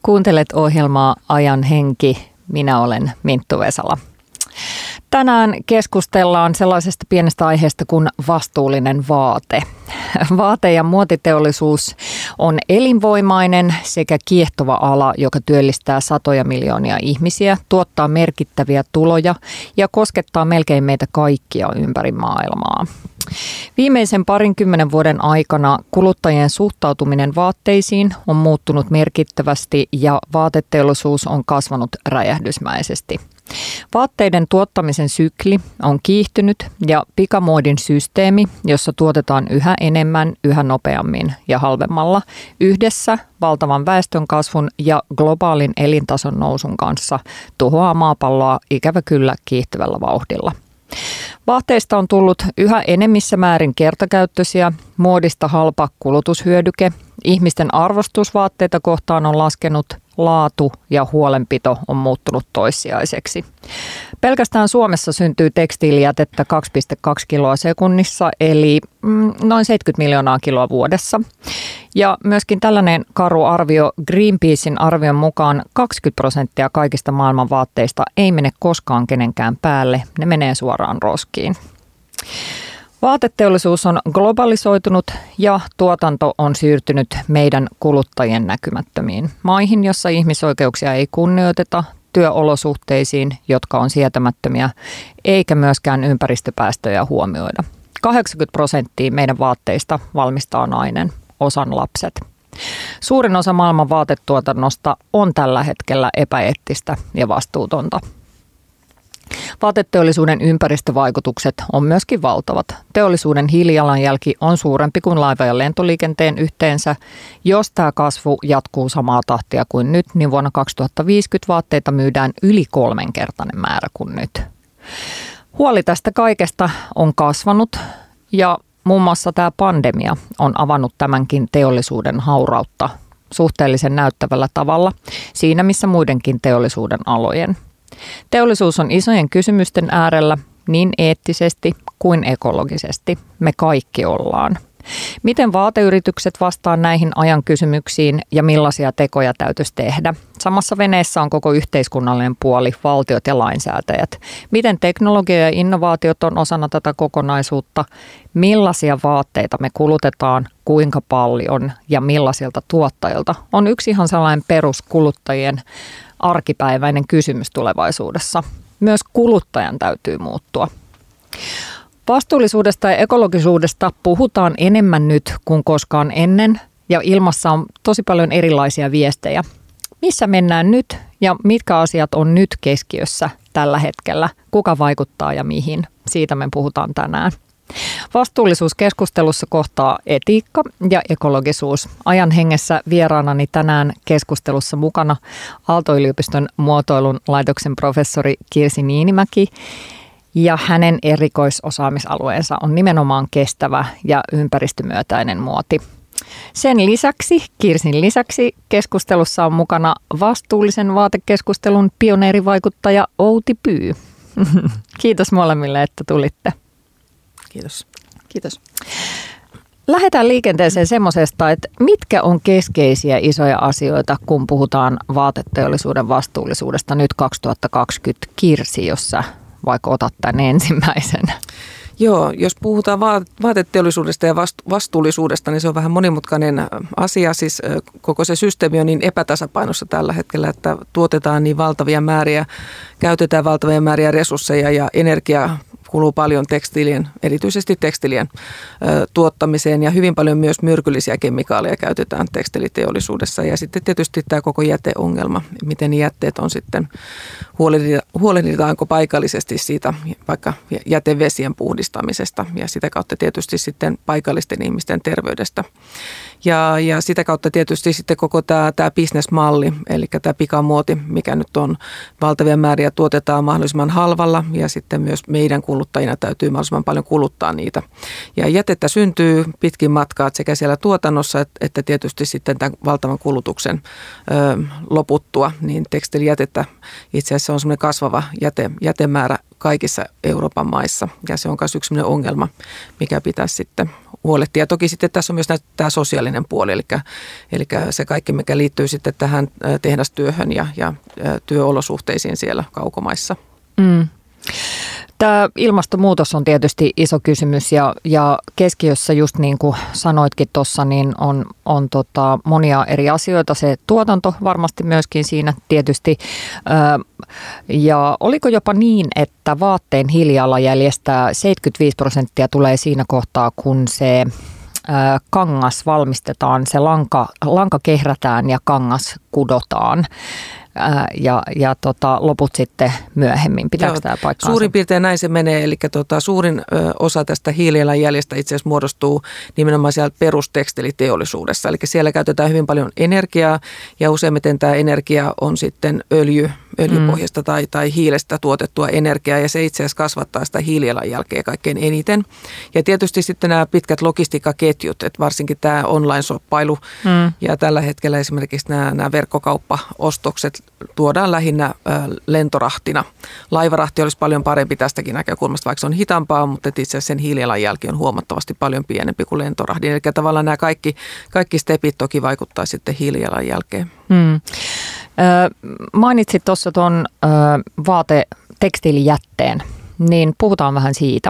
Kuuntelet ohjelmaa Ajan henki. Minä olen Minttu Vesala. Tänään keskustellaan sellaisesta pienestä aiheesta kuin vastuullinen vaate. Vaate- ja muotiteollisuus on elinvoimainen sekä kiehtova ala, joka työllistää satoja miljoonia ihmisiä, tuottaa merkittäviä tuloja ja koskettaa melkein meitä kaikkia ympäri maailmaa. Viimeisen 20 vuoden aikana kuluttajien suhtautuminen vaatteisiin on muuttunut merkittävästi ja vaateteollisuus on kasvanut räjähdysmäisesti. Vaatteiden tuottamisen sykli on kiihtynyt ja pikamuodin systeemi, jossa tuotetaan yhä enemmän, yhä nopeammin ja halvemmalla, yhdessä valtavan väestönkasvun ja globaalin elintason nousun kanssa tuhoaa maapalloa ikävä kyllä kiihtyvällä vauhdilla. Vaatteista on tullut yhä enemmissä määrin kertakäyttöisiä, muodista halpa kulutushyödyke, ihmisten arvostus vaatteita kohtaan on laskenut, laatu ja huolenpito on muuttunut toissijaiseksi. Pelkästään Suomessa syntyy tekstiilijätettä 2,2 kiloa sekunnissa, eli noin 70 miljoonaa kiloa vuodessa. Ja myöskin tällainen karu arvio Greenpeacein arvion mukaan 20% kaikista maailman vaatteista ei mene koskaan kenenkään päälle, ne menee suoraan roskiin. Vaateteollisuus on globalisoitunut ja tuotanto on siirtynyt meidän kuluttajien näkymättömiin maihin, jossa ihmisoikeuksia ei kunnioiteta, työolosuhteisiin, jotka on sietämättömiä, eikä myöskään ympäristöpäästöjä huomioida. 80% meidän vaatteista valmistaa nainen, osan lapset. Suurin osa maailman vaatetuotannosta on tällä hetkellä epäeettistä ja vastuutonta. Vaateteollisuuden ympäristövaikutukset on myöskin valtavat. Teollisuuden hiilijalanjälki on suurempi kuin laiva- ja lentoliikenteen yhteensä. Jos tämä kasvu jatkuu samaa tahtia kuin nyt, niin vuonna 2050 vaatteita myydään yli 3-kertainen määrä kuin nyt. Huoli tästä kaikesta on kasvanut ja muun muassa tämä pandemia on avannut tämänkin teollisuuden haurautta suhteellisen näyttävällä tavalla siinä, missä muidenkin teollisuuden alojen. Teollisuus on isojen kysymysten äärellä niin eettisesti kuin ekologisesti. Me kaikki ollaan. Miten vaateyritykset vastaa näihin ajan kysymyksiin ja millaisia tekoja täytyisi tehdä? Samassa veneessä on koko yhteiskunnallinen puoli, valtiot ja lainsäätäjät. Miten teknologia ja innovaatiot on osana tätä kokonaisuutta? Millaisia vaatteita me kulutetaan, kuinka paljon ja millaisilta tuottajilta? On yksi ihan sellainen peruskuluttajien arkipäiväinen kysymys tulevaisuudessa. Myös kuluttajan täytyy muuttua. Vastuullisuudesta ja ekologisuudesta puhutaan enemmän nyt kuin koskaan ennen ja ilmassa on tosi paljon erilaisia viestejä. Missä mennään nyt ja mitkä asiat on nyt keskiössä tällä hetkellä? Kuka vaikuttaa ja mihin? Siitä me puhutaan tänään. Vastuullisuuskeskustelussa kohtaa etiikka ja ekologisuus. Ajan hengessä vieraanani tänään keskustelussa mukana Aalto-yliopiston muotoilun laitoksen professori Kirsi Niinimäki. Ja hänen erikoisosaamisalueensa on nimenomaan kestävä ja ympäristömyötäinen muoti. Sen lisäksi, Kirsin lisäksi, keskustelussa on mukana vastuullisen vaatekeskustelun pioneerivaikuttaja Outi Pyy. Kiitos molemmille, että tulitte. Kiitos. Kiitos. Lähdetään liikenteeseen semmoisesta, että mitkä on keskeisiä isoja asioita, kun puhutaan vaateteollisuuden vastuullisuudesta nyt 2020. Kirsi, jossa vaikka otat tämän ensimmäisen. Joo, jos puhutaan vaateteollisuudesta ja vastuullisuudesta, niin se on vähän monimutkainen asia. Siis koko se systeemi on niin epätasapainossa tällä hetkellä, että tuotetaan niin valtavia määriä, käytetään valtavia määriä resursseja ja energiaa kuluu paljon tekstiilien, erityisesti tekstiilien tuottamiseen ja hyvin paljon myös myrkyllisiä kemikaaleja käytetään tekstiiliteollisuudessa. Ja sitten tietysti tämä koko jäteongelma, miten ne jätteet on sitten, huolehditaanko paikallisesti siitä vaikka jätevesien puhdistamisesta ja sitä kautta tietysti sitten paikallisten ihmisten terveydestä. Ja sitä kautta tietysti sitten koko tämä bisnesmalli, eli tämä pikamuoti, mikä nyt on valtavia määriä tuotetaan mahdollisimman halvalla ja sitten myös meidän kuluttajina täytyy mahdollisimman paljon kuluttaa niitä. Ja jätettä syntyy pitkin matkaa sekä siellä tuotannossa että tietysti sitten tämän valtavan kulutuksen loputtua, niin tekstiilijätettä itse asiassa on semmoinen kasvava jätemäärä kaikissa Euroopan maissa ja se on myös yksi ongelma, mikä pitäisi sitten huolehtia. Ja toki sitten tässä on myös tämä sosiaalinen puoli, eli se kaikki, mikä liittyy sitten tähän tehdastyöhön ja työolosuhteisiin siellä kaukomaissa. Mm. Tämä ilmastonmuutos on tietysti iso kysymys ja keskiössä just niin kuin sanoitkin tuossa, niin on monia eri asioita. Se tuotanto varmasti myöskin siinä tietysti. Ja oliko jopa niin, että vaatteen hiilijalanjäljestä 75% tulee siinä kohtaa, kun se kangas valmistetaan, se lanka kehrätään ja kangas kudotaan. Ja loput sitten myöhemmin. Pitääkö tämä paikkaansa? Suurin piirtein näin se menee, eli suurin osa tästä hiilijalanjäljestä itse asiassa muodostuu nimenomaan siellä perustekstiiliteollisuudessa. Eli siellä käytetään hyvin paljon energiaa ja useimmiten tämä energia on sitten öljypohjasta tai hiilestä tuotettua energiaa ja se itse asiassa kasvattaa sitä hiilijalanjälkeä kaikkein eniten. Ja tietysti sitten nämä pitkät logistiikkaketjut, että varsinkin tämä online-shoppailu ja tällä hetkellä esimerkiksi nämä verkkokauppaostokset tuodaan lähinnä lentorahtina. Laivarahti olisi paljon parempi tästäkin näkökulmasta, vaikka se on hitaampaa, mutta itse asiassa sen hiilijalanjälki on huomattavasti paljon pienempi kuin lentorahdin. Eli tavallaan nämä kaikki stepit toki vaikuttaa sitten hiilijalanjälkeen. Mainitsit tuossa tuon vaatetekstiilijätteen, niin puhutaan vähän siitä.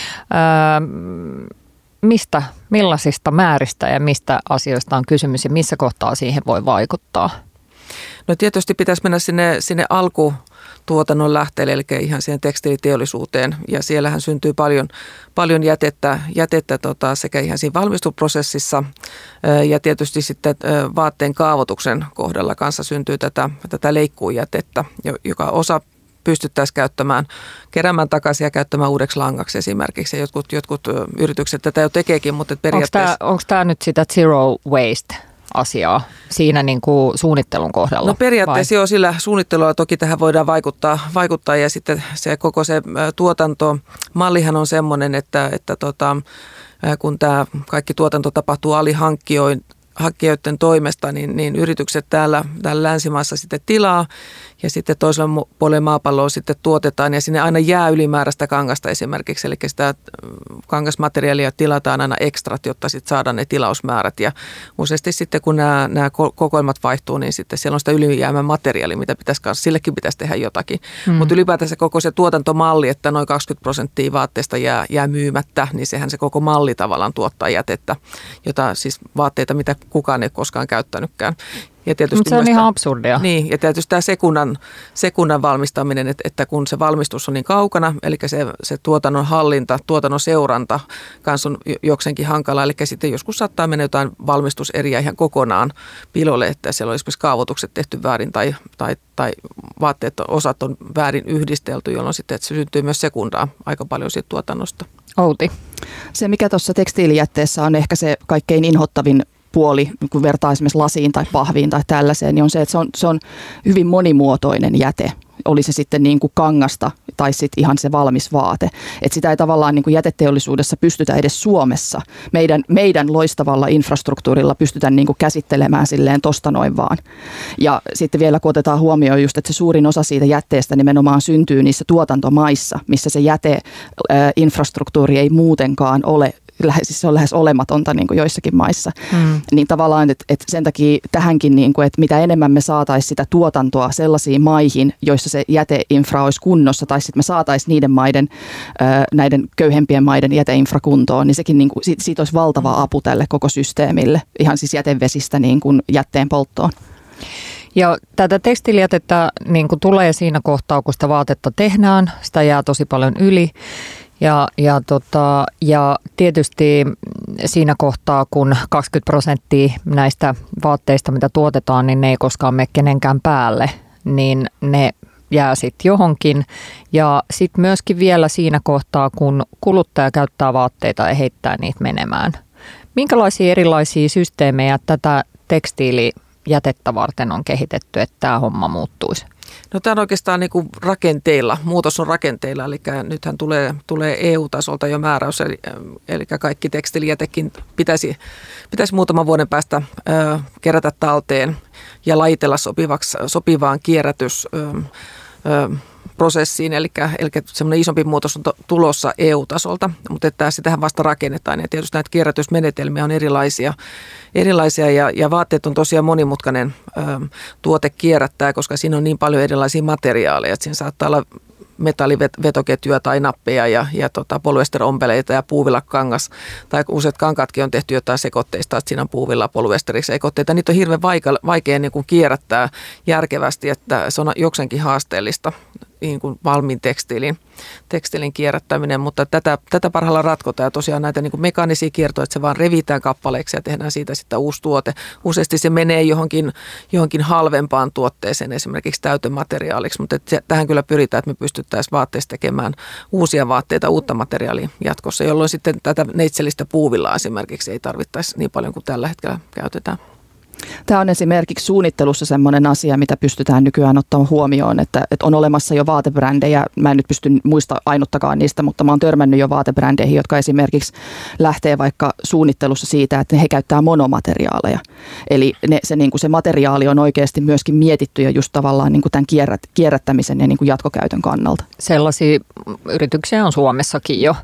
Millaisista määristä ja mistä asioista on kysymys ja missä kohtaa siihen voi vaikuttaa? No tietysti pitäisi mennä sinne alkutuotannon lähteelle, eli ihan siihen tekstiiliteollisuuteen. Ja siellähän syntyy paljon jätettä sekä ihan siinä valmistuprosessissa ja tietysti sitten vaatteen kaavoituksen kohdalla kanssa syntyy tätä leikkuujätettä, joka osa pystyttäisiin keräämään takaisin ja käyttämään uudeksi langaksi esimerkiksi. Ja jotkut yritykset tätä jo tekeekin, mutta periaatteessa... Onko tämä nyt sitä zero waste asiaa siinä niin kuin suunnittelun kohdalla? No periaatteessa jo sillä suunnittelulla toki tähän voidaan vaikuttaa ja sitten se koko se tuotantomallihan on semmoinen, että kun tämä kaikki tuotanto tapahtuu alihankkijoiden toimesta, niin yritykset täällä länsimaassa sitten tilaa ja sitten toisella puolella maapalloa sitten tuotetaan ja sinne aina jää ylimääräistä kangasta esimerkiksi, eli sitä kangasmateriaalia tilataan aina ekstrat, jotta sitten saadaan ne tilausmäärät ja useasti sitten kun nämä kokoelmat vaihtuu, niin sitten siellä on sitä ylijäämän materiaalia, mitä sillekin pitäisi tehdä jotakin, mutta ylipäätään se koko se tuotantomalli, että noin 20% vaatteesta jää myymättä, niin sehän se koko malli tavallaan tuottaa jätettä, jota siis vaatteita, mitä kukaan ei koskaan käyttänytkään. Mutta se on ihan absurdia. Niin, ja tietysti tämä sekunnan valmistaminen, että kun se valmistus on niin kaukana, eli se tuotannon hallinta, tuotannon seuranta kanssa on jokseenkin hankala, eli sitten joskus saattaa mennä jotain valmistuseriä ihan kokonaan pilolle, että siellä on esimerkiksi kaavoitukset tehty väärin tai vaatteet, osat on väärin yhdistelty, jolloin sitten että se syntyy myös sekundaa aika paljon siitä tuotannosta. Outi. Se, mikä tuossa tekstiilijätteessä on ehkä se kaikkein inhottavin puoli, kun vertaa esimerkiksi lasiin tai pahviin tai tällaiseen, niin on se, että se on hyvin monimuotoinen jäte. Oli se sitten niin kuin kangasta tai sitten ihan se valmis vaate. Että sitä ei tavallaan niin kuin jäteteollisuudessa pystytä edes Suomessa. Meidän loistavalla infrastruktuurilla pystytään niin kuin käsittelemään silleen tosta noin vaan. Ja sitten vielä kun otetaan huomioon just, että se suurin osa siitä jätteestä nimenomaan syntyy niissä tuotantomaissa, missä se jäteinfrastruktuuri ei muutenkaan ole. Siis se on lähes olematonta niin kuin joissakin maissa. Niin tavallaan, että sen takia tähänkin, niin kuin, että mitä enemmän me saataisiin sitä tuotantoa sellaisiin maihin, joissa se jäteinfra olisi kunnossa, tai sitten me saataisiin niiden maiden, näiden köyhempien maiden jäteinfra kuntoon, niin sekin niin kuin, siitä olisi valtava apu tälle koko systeemille, ihan siis jätevesistä niin kuin jätteen polttoon. Ja tätä tekstiilijätettä niin kuin tulee siinä kohtaa, kun sitä vaatetta tehdään, sitä jää tosi paljon yli. Ja tietysti siinä kohtaa, kun 20% näistä vaatteista, mitä tuotetaan, niin ne ei koskaan mene kenenkään päälle, niin ne jää sitten johonkin. Ja sitten myöskin vielä siinä kohtaa, kun kuluttaja käyttää vaatteita ja heittää niitä menemään. Minkälaisia erilaisia systeemejä tätä tekstiilijätettä varten on kehitetty, että tämä homma muuttuisi? No tämä on oikeastaan niin kuin rakenteilla, muutos on rakenteilla, eli nythän tulee EU-tasolta jo määräys, eli kaikki tekstiilijätekin pitäisi muutaman vuoden päästä kerätä talteen ja lajitella sopivaan prosessiin, eli semmoinen isompi muutos on tulossa EU-tasolta, mutta että sitähän vasta rakennetaan ja tietysti näitä kierrätysmenetelmiä on erilaisia ja vaatteet on tosiaan monimutkainen tuote kierrättää, koska siinä on niin paljon erilaisia materiaaleja, että siinä saattaa olla metallivetoketjuja tai nappeja ja polyesterompeleita ja puuvillakangas. Tai useat kankaatkin on tehty jotain sekoitteista, että siinä on puuvilla polyesteriksi sekoitteita. Niitä on hirveän vaikea niin kuin kierrättää järkevästi, että se on jokseenkin haasteellista niin kuin valmiin tekstilin kierrättäminen, mutta tätä parhaillaan ratkotaan ja tosiaan näitä niin kuin mekaanisia kiertoja, että se vaan revitään kappaleiksi ja tehdään siitä sitten uusi tuote. Useasti se menee johonkin halvempaan tuotteeseen, esimerkiksi täytemateriaaliksi, mutta tähän kyllä pyritään, että me pystyttäisiin vaatteista tekemään uusia vaatteita, uutta materiaalia jatkossa, jolloin sitten tätä neitsellistä puuvillaa esimerkiksi ei tarvittaisi niin paljon kuin tällä hetkellä käytetään. Tämä on esimerkiksi suunnittelussa sellainen asia, mitä pystytään nykyään ottamaan huomioon, että on olemassa jo vaatebrändejä. Mä en nyt pysty muista ainuttakaan niistä, mutta mä oon törmännyt jo vaatebrändeihin, jotka esimerkiksi lähtee vaikka suunnittelussa siitä, että he käyttää monomateriaaleja. Eli se materiaali on oikeasti myöskin mietitty jo just tavallaan niin kuin tämän kierrättämisen ja niin kuin jatkokäytön kannalta. Sellaisia yrityksiä on Suomessakin jo.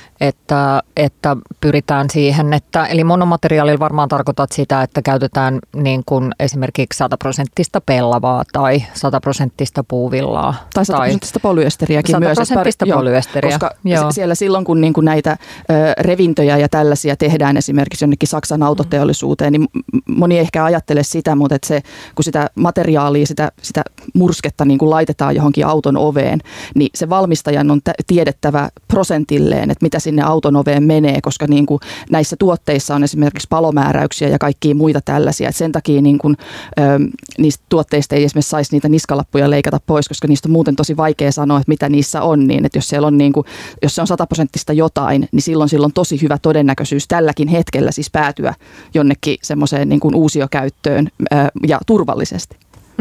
Että pyritään siihen, eli monomateriaalilla varmaan tarkoitat sitä, että käytetään niin kuin esimerkiksi 100% pellavaa tai 100% puuvillaa. Tai 100% polyesteriäkin 100% myös. 100% polyesteriä. Koska siellä silloin, kun niin kuin näitä revintöjä ja tällaisia tehdään esimerkiksi jonnekin Saksan autoteollisuuteen, niin moni ei ehkä ajattele sitä, mutta että kun sitä materiaalia, sitä mursketta niin kuin laitetaan johonkin auton oveen, niin se valmistajan on tiedettävä prosentilleen, että mitä sinne auton oveen menee, koska niin kuin näissä tuotteissa on esimerkiksi palomääräyksiä ja kaikkia muita tällaisia. Et sen takia niin kuin, niistä tuotteista ei esimerkiksi saisi niitä niskalappuja leikata pois, koska niistä on muuten tosi vaikea sanoa, että mitä niissä on. Niin, että jos, siellä on niin kuin, jos se on 100% jotain, niin silloin on tosi hyvä todennäköisyys tälläkin hetkellä siis päätyä jonnekin semmoiseen niin kuin uusiokäyttöön ja turvallisesti.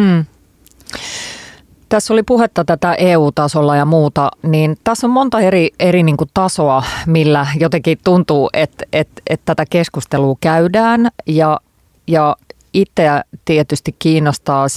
Tässä oli puhetta tätä EU-tasolla ja muuta, niin tässä on monta eri niin kuin tasoa, millä jotenkin tuntuu, että tätä keskustelua käydään ja itseä tietysti kiinnostaa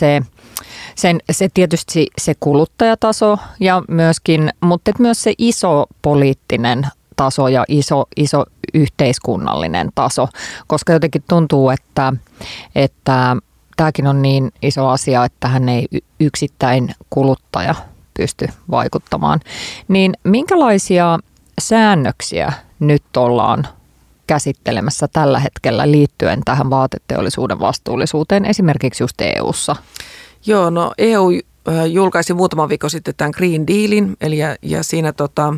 se tietysti se kuluttajataso ja myöskin, mutta myös se iso poliittinen taso ja iso yhteiskunnallinen taso, koska jotenkin tuntuu, että tämäkin on niin iso asia, että hän ei yksittäin kuluttaja pysty vaikuttamaan. Niin minkälaisia säännöksiä nyt ollaan käsittelemässä tällä hetkellä liittyen tähän vaateteollisuuden vastuullisuuteen, esimerkiksi just EU:ssa? Joo, no EU julkaisi muutama viikko sitten tämän Green Dealin, eli ja siinä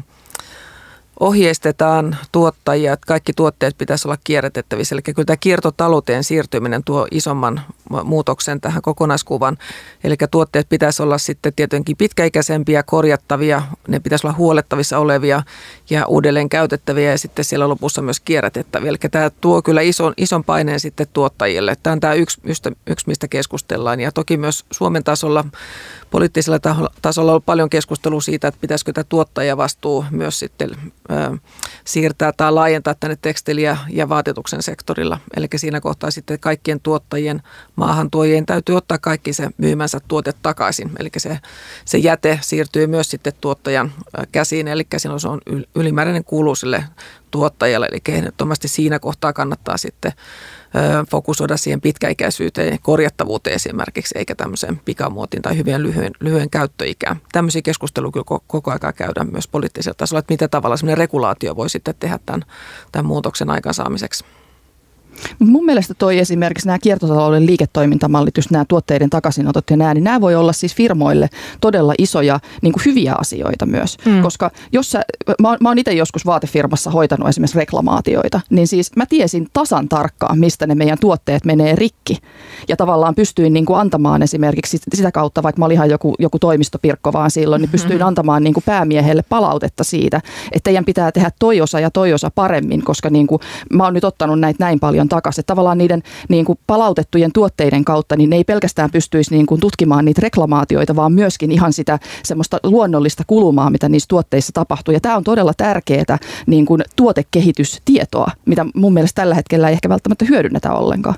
ohjeistetaan tuottajia, että kaikki tuotteet pitäisi olla kierrätettävissä. Eli kyllä tämä kiertotalouteen siirtyminen tuo isomman muutoksen tähän kokonaiskuvan. Eli tuotteet pitäisi olla sitten tietenkin pitkäikäisempiä, korjattavia, ne pitäisi olla huolettavissa olevia ja uudelleen käytettäviä ja sitten siellä lopussa myös kierrätettäviä. Eli tämä tuo kyllä ison paineen sitten tuottajille. Tämä on tämä yksi, mistä keskustellaan ja toki myös Suomen tasolla, poliittisella tasolla on ollut paljon keskustelua siitä, että pitäisikö tämä tuottajavastuu myös sitten siirtää tai laajentaa tänne tekstiiliä ja vaatetuksen sektorilla. Eli siinä kohtaa sitten kaikkien tuottajien, maahantuojien täytyy ottaa kaikki se myymänsä tuote takaisin. Eli se jäte siirtyy myös sitten tuottajan käsiin, eli silloin se on ylimääräinen kulu sille tuottajalle. Eli ehdottomasti siinä kohtaa kannattaa sitten fokusoida siihen pitkäikäisyyteen ja korjattavuuteen esimerkiksi, eikä tämmöiseen pikamuotiin tai hyvin lyhyen käyttöikään. Tämmöisiä keskusteluja kyllä koko ajan käydään myös poliittisella tasolla, että mitä tavalla semmoinen regulaatio voi sitten tehdä tämän muutoksen aikaansaamiseksi. Mun mielestä toi esimerkiksi nämä kiertotalouden liiketoimintamallit, just nämä tuotteiden takaisinotot ja nämä, niin nämä voi olla siis firmoille todella isoja niin kuin hyviä asioita myös. Koska jos mä oon itse joskus vaatefirmassa hoitanut esimerkiksi reklamaatioita, niin siis mä tiesin tasan tarkkaan, mistä ne meidän tuotteet menee rikki. Ja tavallaan pystyin niin kuin antamaan esimerkiksi sitä kautta, vaikka mä olin ihan joku toimistopirkko vaan silloin, niin pystyin antamaan niin kuin päämiehelle palautetta siitä, että teidän pitää tehdä toi osa paremmin, koska niin kuin mä oon nyt ottanut näitä näin paljon takaisin. Tavallaan niiden niin kuin palautettujen tuotteiden kautta niin ne ei pelkästään pystyisi niin kuin tutkimaan niitä reklamaatioita, vaan myöskin ihan sitä semmoista luonnollista kulumaa, mitä niissä tuotteissa tapahtuu. Ja tämä on todella tärkeää niin kuin tuotekehitystietoa, mitä mun mielestä tällä hetkellä ei ehkä välttämättä hyödynnetä ollenkaan.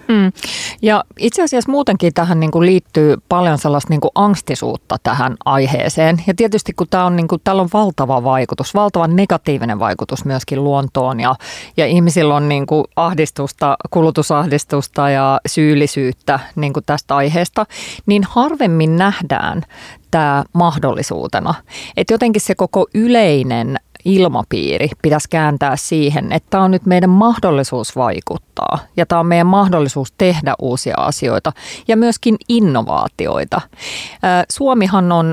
Ja itse asiassa muutenkin tähän niin kuin liittyy paljon sellaista niin kuin angstisuutta tähän aiheeseen. Ja tietysti kun tämä on, niin kuin, täällä on valtava vaikutus, valtava negatiivinen vaikutus myöskin luontoon ja ihmisillä on niin kuin ahdistusta, kulutusahdistusta ja syyllisyyttä niin kuin tästä aiheesta, niin harvemmin nähdään tämä mahdollisuutena. Että jotenkin se koko yleinen ilmapiiri pitäisi kääntää siihen, että tämä on nyt meidän mahdollisuus vaikuttaa ja tämä on meidän mahdollisuus tehdä uusia asioita ja myöskin innovaatioita. Suomihan on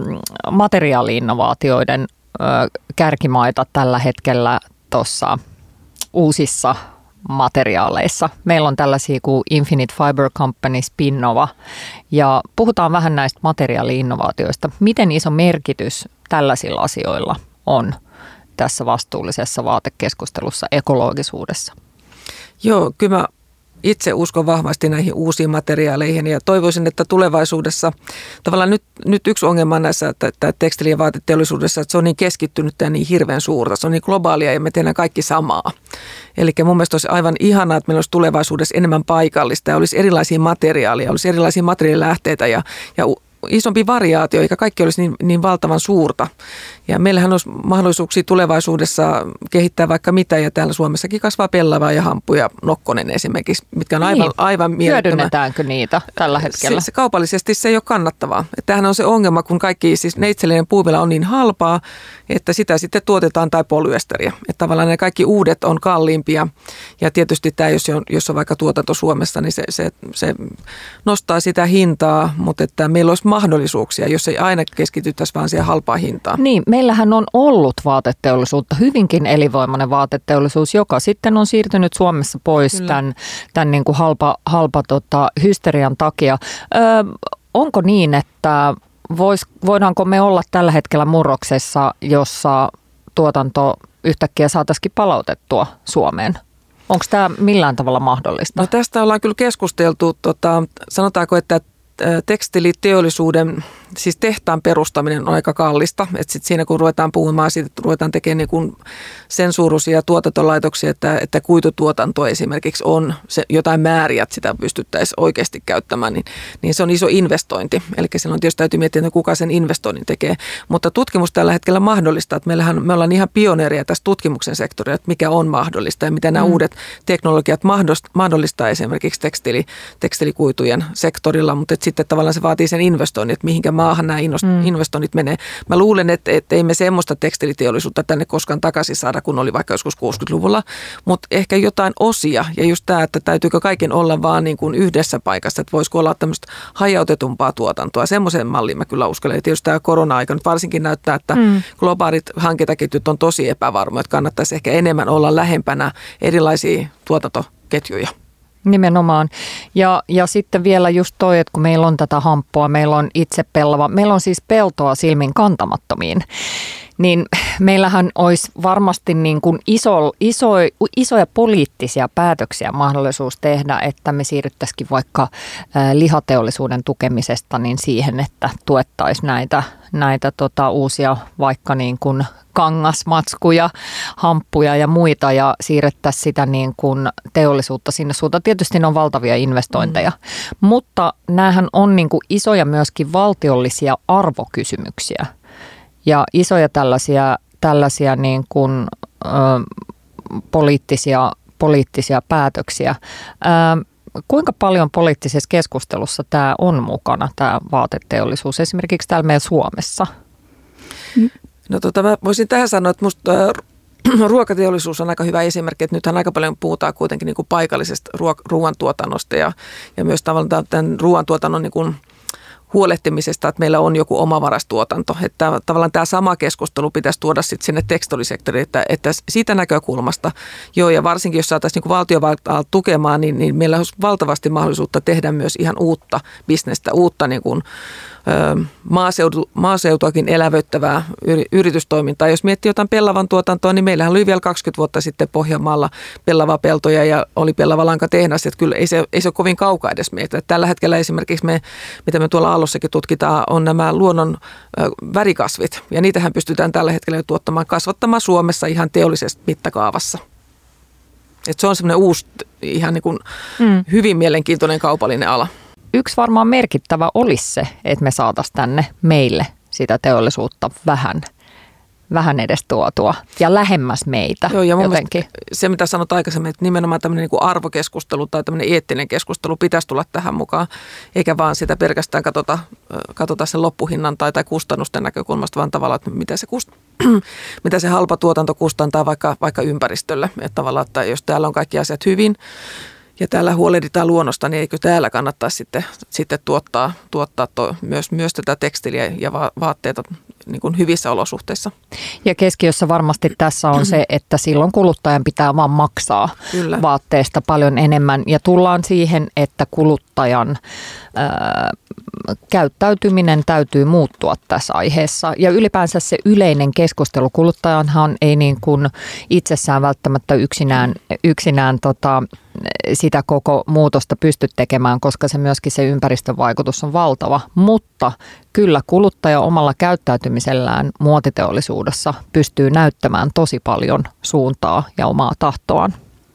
materiaali-innovaatioiden kärkimaita tällä hetkellä tuossa uusissa materiaaleissa. Meillä on tällaisia kuin Infinite Fiber Company, Spinnova ja puhutaan vähän näistä materiaali-innovaatioista. Miten iso merkitys tällaisilla asioilla on tässä vastuullisessa vaatekeskustelussa ekologisuudessa? Joo, kyllä mä itse uskon vahvasti näihin uusiin materiaaleihin ja toivoisin, että tulevaisuudessa tavallaan nyt yksi ongelma näissä tekstiili- ja vaateteollisuudessa, että se on niin keskittynyt ja niin hirveän suurta, se on niin globaalia ja me tehdään kaikki samaa. Eli mun mielestä olisi aivan ihanaa, että meillä olisi tulevaisuudessa enemmän paikallista ja olisi erilaisia materiaaleja, olisi erilaisia materiaalilähteitä ja isompi variaatio, eikä kaikki olisi niin valtavan suurta. Ja meillähän olisi mahdollisuuksia tulevaisuudessa kehittää vaikka mitä, ja täällä Suomessakin kasvaa pellavaa ja hampu ja nokkonen esimerkiksi, mitkä on aivan mielettömän. Hyödynnetäänkö niitä tällä hetkellä? Kaupallisesti se ei ole kannattavaa. Tämähän on se ongelma, kun kaikki siis neitseellinen puuvilla on niin halpaa, että sitä sitten tuotetaan tai polyesteriä. Että tavallaan ne kaikki uudet on kalliimpia, ja tietysti tämä, jos on vaikka tuotanto Suomessa, niin se nostaa sitä hintaa, mutta että meillä olisi mahdollisuuksia, jos ei aina keskityttäisi vaan siihen halpaan hintaan. Niin, meillähän on ollut vaateteollisuutta, hyvinkin elinvoimainen vaateteollisuus, joka sitten on siirtynyt Suomessa pois tämän niin kuin halpa hysterian takia. Onko niin, että voidaanko me olla tällä hetkellä murroksessa, jossa tuotanto yhtäkkiä saataisiin palautettua Suomeen? Onko tämä millään tavalla mahdollista? No tästä ollaan kyllä keskusteltu, sanotaanko, että tekstiiliteollisuuden, siis tehtaan perustaminen on aika kallista. Että sit siinä kun ruvetaan puhumaan siitä, että ruvetaan tekemään niin kuin sen suuruisia tuotantolaitoksia, että kuitutuotanto esimerkiksi on se jotain määriä, että sitä pystyttäisiin oikeasti käyttämään, niin se on iso investointi. Eli silloin tietysti täytyy miettiä, että kuka sen investoinnin tekee. Mutta tutkimus tällä hetkellä mahdollistaa, että me ollaan ihan pioneeria tässä tutkimuksen sektorilla, että mikä on mahdollista ja mitä nämä uudet teknologiat mahdollistaa esimerkiksi tekstiilikuitujen sektorilla, mutta sitten tavallaan se vaatii sen investoinnin, että mihinkä maahan nämä investoinnit menee. Mä luulen, että ei me semmoista tekstiiliteollisuutta tänne koskaan takaisin saada, kun oli vaikka joskus 60-luvulla, mutta ehkä jotain osia. Ja just tämä, että täytyykö kaiken olla vaan niin kuin yhdessä paikassa, että voisiko olla tämmöistä hajautetumpaa tuotantoa. Semmoisen malliin mä kyllä uskelen. Ja tietysti tämä korona-aika nyt varsinkin näyttää, että globaalit hankintaketjut on tosi epävarmoja, että kannattaisi ehkä enemmän olla lähempänä erilaisia tuotantoketjuja. Nimenomaan. Ja sitten vielä just toi, että kun meillä on tätä hamppua, meillä on itse pellava, meillä on siis peltoa silmin kantamattomiin, niin meillähän olisi varmasti niin kuin isoja poliittisia päätöksiä mahdollisuus tehdä, että me siirryttäisikin vaikka lihateollisuuden tukemisesta niin siihen, että tuettaisiin näitä uusia vaikka niin kuin kangasmatskuja, hamppuja ja muita ja siirrettäisiin sitä niin kuin teollisuutta sinne suuntaan. Tietysti ne on valtavia investointeja, mutta näähän on niin kuin isoja myöskin valtiollisia arvokysymyksiä ja isoja tällaisia niin kuin, poliittisia päätöksiä. Kuinka paljon poliittisessa keskustelussa tämä on mukana, tämä vaateteollisuus, esimerkiksi täällä meidän Suomessa? No mä voisin tähän sanoa, että musta ruokateollisuus on aika hyvä esimerkki, että nythän aika paljon puhutaan kuitenkin niin kuin paikallisesta ruoantuotannosta ja myös tavallaan tämän ruoantuotannon niin kuin huolehtimisesta, että meillä on joku omavarastuotanto. Että tavallaan tämä sama keskustelu pitäisi tuoda sitten sinne tekstolisektoriin, että siitä näkökulmasta, joo, ja varsinkin jos saataisiin niin valtiovaltaa tukemaan, niin meillä olisi valtavasti mahdollisuutta tehdä myös ihan uutta bisnestä, uutta niin kuin maaseutuakin elävöittävää yritystoimintaa. Jos miettii jotain pellavan tuotantoa, niin meillähän oli vielä 20 vuotta sitten Pohjanmaalla pellavapeltoja ja oli pellavalanka-tehdas, että kyllä ei se ole kovin kaukaa edes meitä. Tällä hetkellä esimerkiksi mitä me tuolla Aallossakin tutkitaan, on nämä luonnon värikasvit ja niitähän pystytään tällä hetkellä jo kasvattamaan Suomessa ihan teollisessa mittakaavassa. Että se on semmoinen uusi, ihan niin kuin hyvin mielenkiintoinen kaupallinen ala. Yksi varmaan merkittävä olisi se, että me saataisiin tänne meille sitä teollisuutta vähän edes tuotua ja lähemmäs meitä. Joo, ja mun jotenkin. Se, mitä sanot aikaisemmin, että nimenomaan tämmöinen niin kuin arvokeskustelu tai tämmöinen eettinen keskustelu pitäisi tulla tähän mukaan, eikä vaan sitä pelkästään katsota sen loppuhinnan tai kustannusten näkökulmasta, vaan tavallaan, että mitä se halpa tuotanto kustantaa vaikka ympäristölle. Että tavallaan, että jos täällä on kaikki asiat hyvin ja täällä huolehditaan luonnosta, niin eikö täällä kannattaisi sitten tuottaa myös tätä tekstiiliä ja vaatteita niin kuin hyvissä olosuhteissa. Ja keskiössä varmasti tässä on se, että silloin kuluttajan pitää vaan maksaa Kyllä. vaatteesta paljon enemmän. Ja tullaan siihen, että kuluttajan käyttäytyminen täytyy muuttua tässä aiheessa. Ja ylipäänsä se yleinen keskustelu. Kuluttajanhan ei niin kuin itsessään välttämättä yksinään sitä koko muutosta pysty tekemään, koska se myöskin se ympäristövaikutus on valtava. Mutta kyllä kuluttaja omalla käyttäytymisellään muotiteollisuudessa pystyy näyttämään tosi paljon suuntaa ja omaa tahtoaan.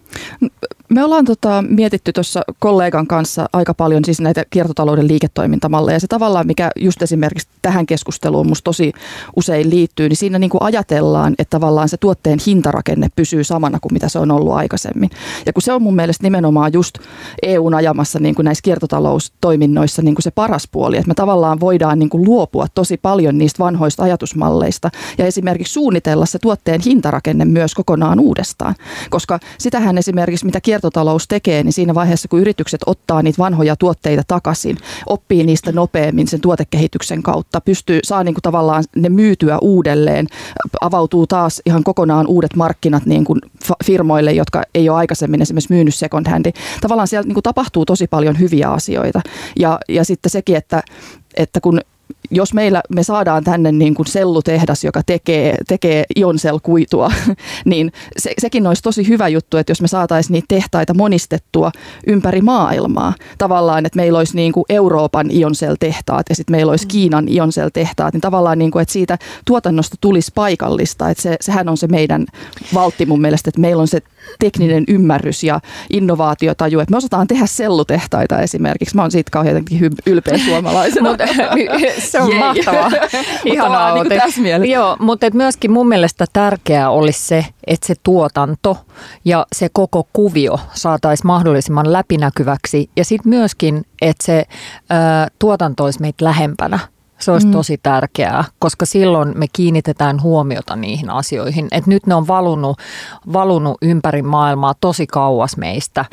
Me ollaan mietitty tuossa kollegan kanssa aika paljon siis näitä kiertotalouden liiketoimintamalleja. Se tavallaan, mikä just esimerkiksi tähän keskusteluun musta tosi usein liittyy, niin siinä niin kuin ajatellaan, että tavallaan se tuotteen hintarakenne pysyy samana kuin mitä se on ollut aikaisemmin. Ja kun se on mun mielestä nimenomaan just EUn ajamassa niin kuin näissä kiertotaloustoiminnoissa niin kuin se paras puoli, että me tavallaan voidaan niin kuin luopua tosi paljon niistä vanhoista ajatusmalleista ja esimerkiksi suunnitella se tuotteen hintarakenne myös kokonaan uudestaan. Saa sitähän esimerkiksi, mitä kiertotalous tekee, niin siinä vaiheessa, kun yritykset ottaa niitä vanhoja tuotteita takaisin, oppii niistä nopeammin sen tuotekehityksen kautta, saa niin kuin tavallaan ne myytyä uudelleen, avautuu taas ihan kokonaan uudet markkinat niin kuin firmoille, jotka ei ole aikaisemmin esimerkiksi myynyt second handi. Tavallaan siellä niin kuin tapahtuu tosi paljon hyviä asioita. Ja sitten sekin, että kun jos me saadaan tänne niin kuin sellutehdas, joka tekee Ioncell-kuitua, niin sekin olisi tosi hyvä juttu, että jos me saataisiin niitä tehtaita monistettua ympäri maailmaa. Tavallaan, että meillä olisi niin kuin Euroopan Ioncell-tehtaat ja sitten meillä olisi Kiinan Ioncell-tehtaat, niin tavallaan, niin kuin, että siitä tuotannosta tulisi paikallista. Että sehän on se meidän valtti mun mielestä, että meillä on se tekninen ymmärrys ja innovaatiotaju, että me osataan tehdä sellutehtaita esimerkiksi. Mä oon siitä kauhean ylpeä suomalaisena. Se on mahtavaa. Ihanaa. Niin tässä mielessä. Joo, mutta myöskin mun mielestä tärkeää olisi se, että se tuotanto ja se koko kuvio saataisiin mahdollisimman läpinäkyväksi. Ja sitten myöskin, että se tuotanto olisi meitä lähempänä. Se olisi tosi tärkeää, koska silloin me kiinnitetään huomiota niihin asioihin. Et nyt ne on valunut ympäri maailmaa tosi kauas meistä.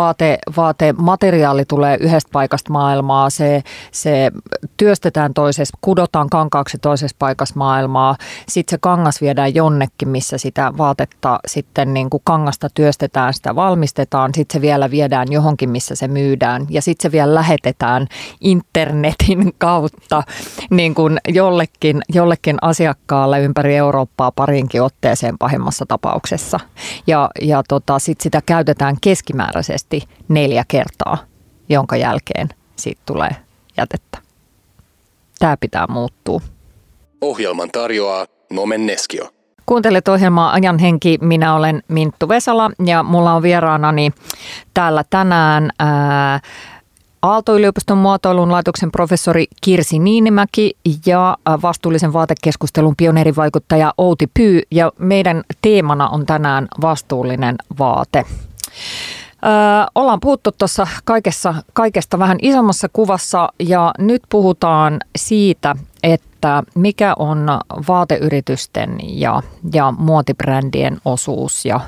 Materiaali tulee yhdestä paikasta maailmaa, se työstetään toisessa, kudotaan kankaaksi toisessa paikassa maailmaa. Sitten se kangas viedään jonnekin, missä sitä vaatetta sitten niin kuin kangasta työstetään, sitä valmistetaan. Sitten se vielä viedään johonkin, missä se myydään ja sitten se vielä lähetetään internetin kautta niin kuin jollekin asiakkaalle ympäri Eurooppaa parinkin otteeseen pahimmassa tapauksessa. Ja sitten sitä käytetään keskimääräisesti 4 kertaa, jonka jälkeen siitä tulee jätettä. Tämä pitää muuttua. Ohjelman tarjoaa Nomen Neskio. Kuuntelet ohjelmaa Ajan henki. Minä olen Minttu Vesala ja mulla on vieraanani täällä tänään Aalto-yliopiston muotoilun laitoksen professori Kirsi Niinimäki ja vastuullisen vaatekeskustelun pioneerivaikuttaja Outi Pyy. Ja meidän teemana on tänään vastuullinen vaate. Ollaan puhuttu tuossa kaikesta vähän isommassa kuvassa ja nyt puhutaan siitä, että mikä on vaateyritysten ja muotibrändien osuus ja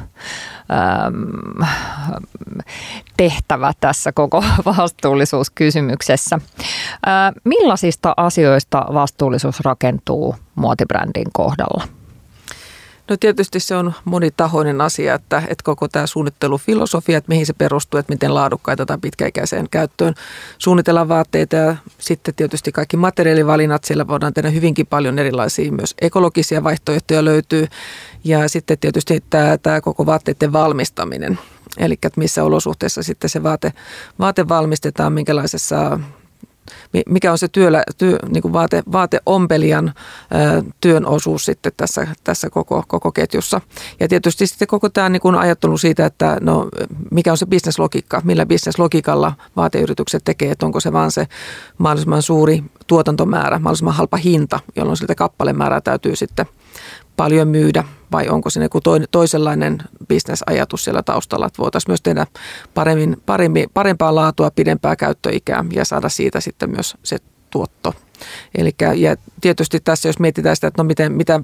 tehtävä tässä koko vastuullisuuskysymyksessä. Millaisista asioista vastuullisuus rakentuu muotibrändin kohdalla? No tietysti se on monitahoinen asia, että koko tämä suunnittelufilosofia, että mihin se perustuu, että miten laadukkaita tai pitkäikäiseen käyttöön suunnitellaan vaatteita ja sitten tietysti kaikki materiaalivalinnat, siellä voidaan tehdä hyvinkin paljon erilaisia myös ekologisia vaihtoehtoja löytyy ja sitten tietysti tämä koko vaatteiden valmistaminen, eli että missä olosuhteissa sitten se vaate valmistetaan, minkälaisessa mikä on se niin kuin vaateompelijan työn osuus sitten tässä koko ketjussa. Ja tietysti sitten koko tämä niin kuin ajattelu siitä, että no, mikä on se bisneslogiikka, millä bisneslogiikalla vaateyritykset tekee, että onko se vaan se mahdollisimman suuri tuotantomäärä, mahdollisimman halpa hinta, jolloin siltä kappalemäärää täytyy sitten paljon myydä, vai onko siinä joku toisenlainen bisnesajatus siellä taustalla, että voitaisiin myös tehdä parempaa laatua, pidempää käyttöikää ja saada siitä sitten myös se tuotto. Ja tietysti tässä, jos mietitään sitä, että no mitä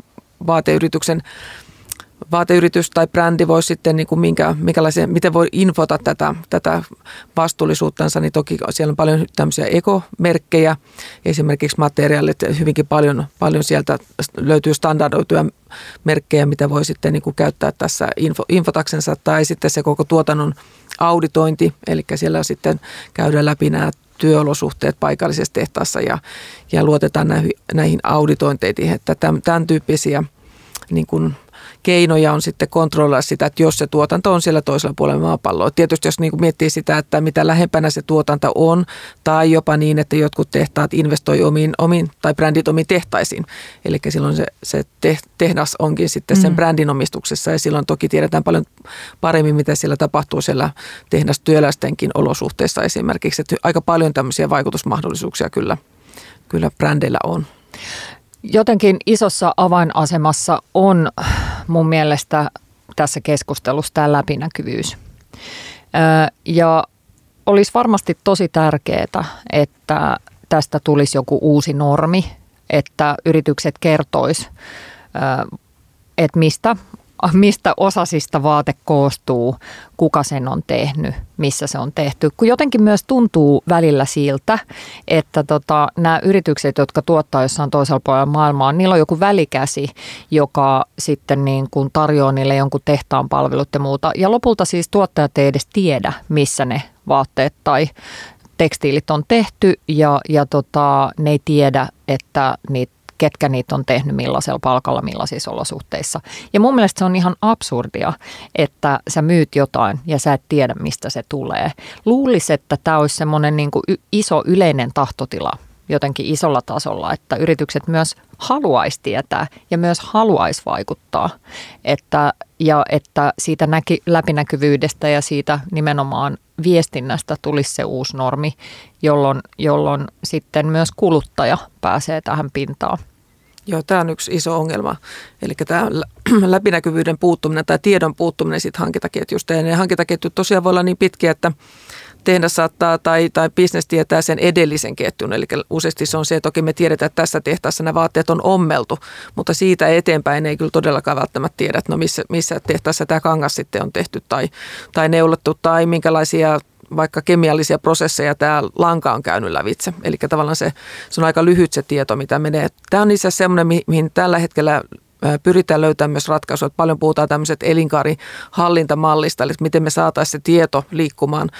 vaateyritys tai brändi voi sitten, niin kuin miten voi infota tätä vastuullisuuttansa, niin toki siellä on paljon tämmöisiä ekomerkkejä, esimerkiksi materiaalit, hyvinkin paljon sieltä löytyy standardoituja merkkejä, mitä voi sitten niin kuin käyttää tässä infotaksensa, tai sitten se koko tuotannon auditointi, eli siellä sitten käydään läpi nämä työolosuhteet paikallisessa tehtaassa ja luotetaan näihin auditointeihin, että tämän tyyppisiä niin kuin keinoja on sitten kontrolloida sitä, että jos se tuotanto on siellä toisella puolella maapalloa. Tietysti jos niin kuin miettii sitä, että mitä lähempänä se tuotanto on, tai jopa niin, että jotkut tehtaat investoi omiin tai brändit omiin tehtaisiin. Eli silloin se tehdas onkin sitten sen brändin omistuksessa, ja silloin toki tiedetään paljon paremmin, mitä siellä tapahtuu siellä tehdastyöläistenkin olosuhteissa esimerkiksi. Että aika paljon tämmöisiä vaikutusmahdollisuuksia kyllä brändeillä on. Jotenkin isossa avainasemassa on mun mielestä tässä keskustelussa tämä läpinäkyvyys. Ja olisi varmasti tosi tärkeää, että tästä tulisi joku uusi normi, että yritykset kertois, että mistä osasista vaate koostuu, kuka sen on tehnyt, missä se on tehty. Kun jotenkin myös tuntuu välillä siltä, että nämä yritykset, jotka tuottaa jossain toisella puolella maailmaa, niillä on joku välikäsi, joka sitten niin kuin tarjoaa niille jonkun tehtaan palvelut ja muuta. Ja lopulta siis tuottajat ei edes tiedä, missä ne vaatteet tai tekstiilit on tehty ja ne ei tiedä, että ketkä niitä on tehnyt millaisella palkalla, millaisissa olosuhteissa. Ja mun mielestä se on ihan absurdia, että sä myyt jotain ja sä et tiedä, mistä se tulee. Luulisi, että tämä olisi semmoinen niin kuin iso yleinen tahtotila jotenkin isolla tasolla, että yritykset myös haluaisi tietää ja myös haluaisi vaikuttaa. Että siitä läpinäkyvyydestä ja siitä nimenomaan viestinnästä tulisi se uusi normi, jolloin sitten myös kuluttaja pääsee tähän pintaan. Joo, tämä on yksi iso ongelma. Eli tämä läpinäkyvyyden puuttuminen tai tiedon puuttuminen siitä hankintaketjusta. Ja ne hankintaketjut tosiaan voi olla niin pitkiä, että tehdas saattaa tai bisnes tietää sen edellisen ketjun. Eli useasti se on se, että toki me tiedetään, että tässä tehtaassa nämä vaatteet on ommeltu, mutta siitä eteenpäin ei kyllä todellakaan välttämättä tiedä, että no missä tehtaassa tämä kangas sitten on tehty tai neulottu tai minkälaisia vaikka kemiallisia prosesseja tämä lanka on käynyt lävitse. Eli tavallaan se on aika lyhyt se tieto, mitä menee. Tämä on itse asiassa semmoinen, mihin tällä hetkellä pyritään löytämään myös ratkaisuja. Paljon puhutaan tämmöiset elinkaarihallintamallista, eli miten me saataisiin se tieto liikkumaan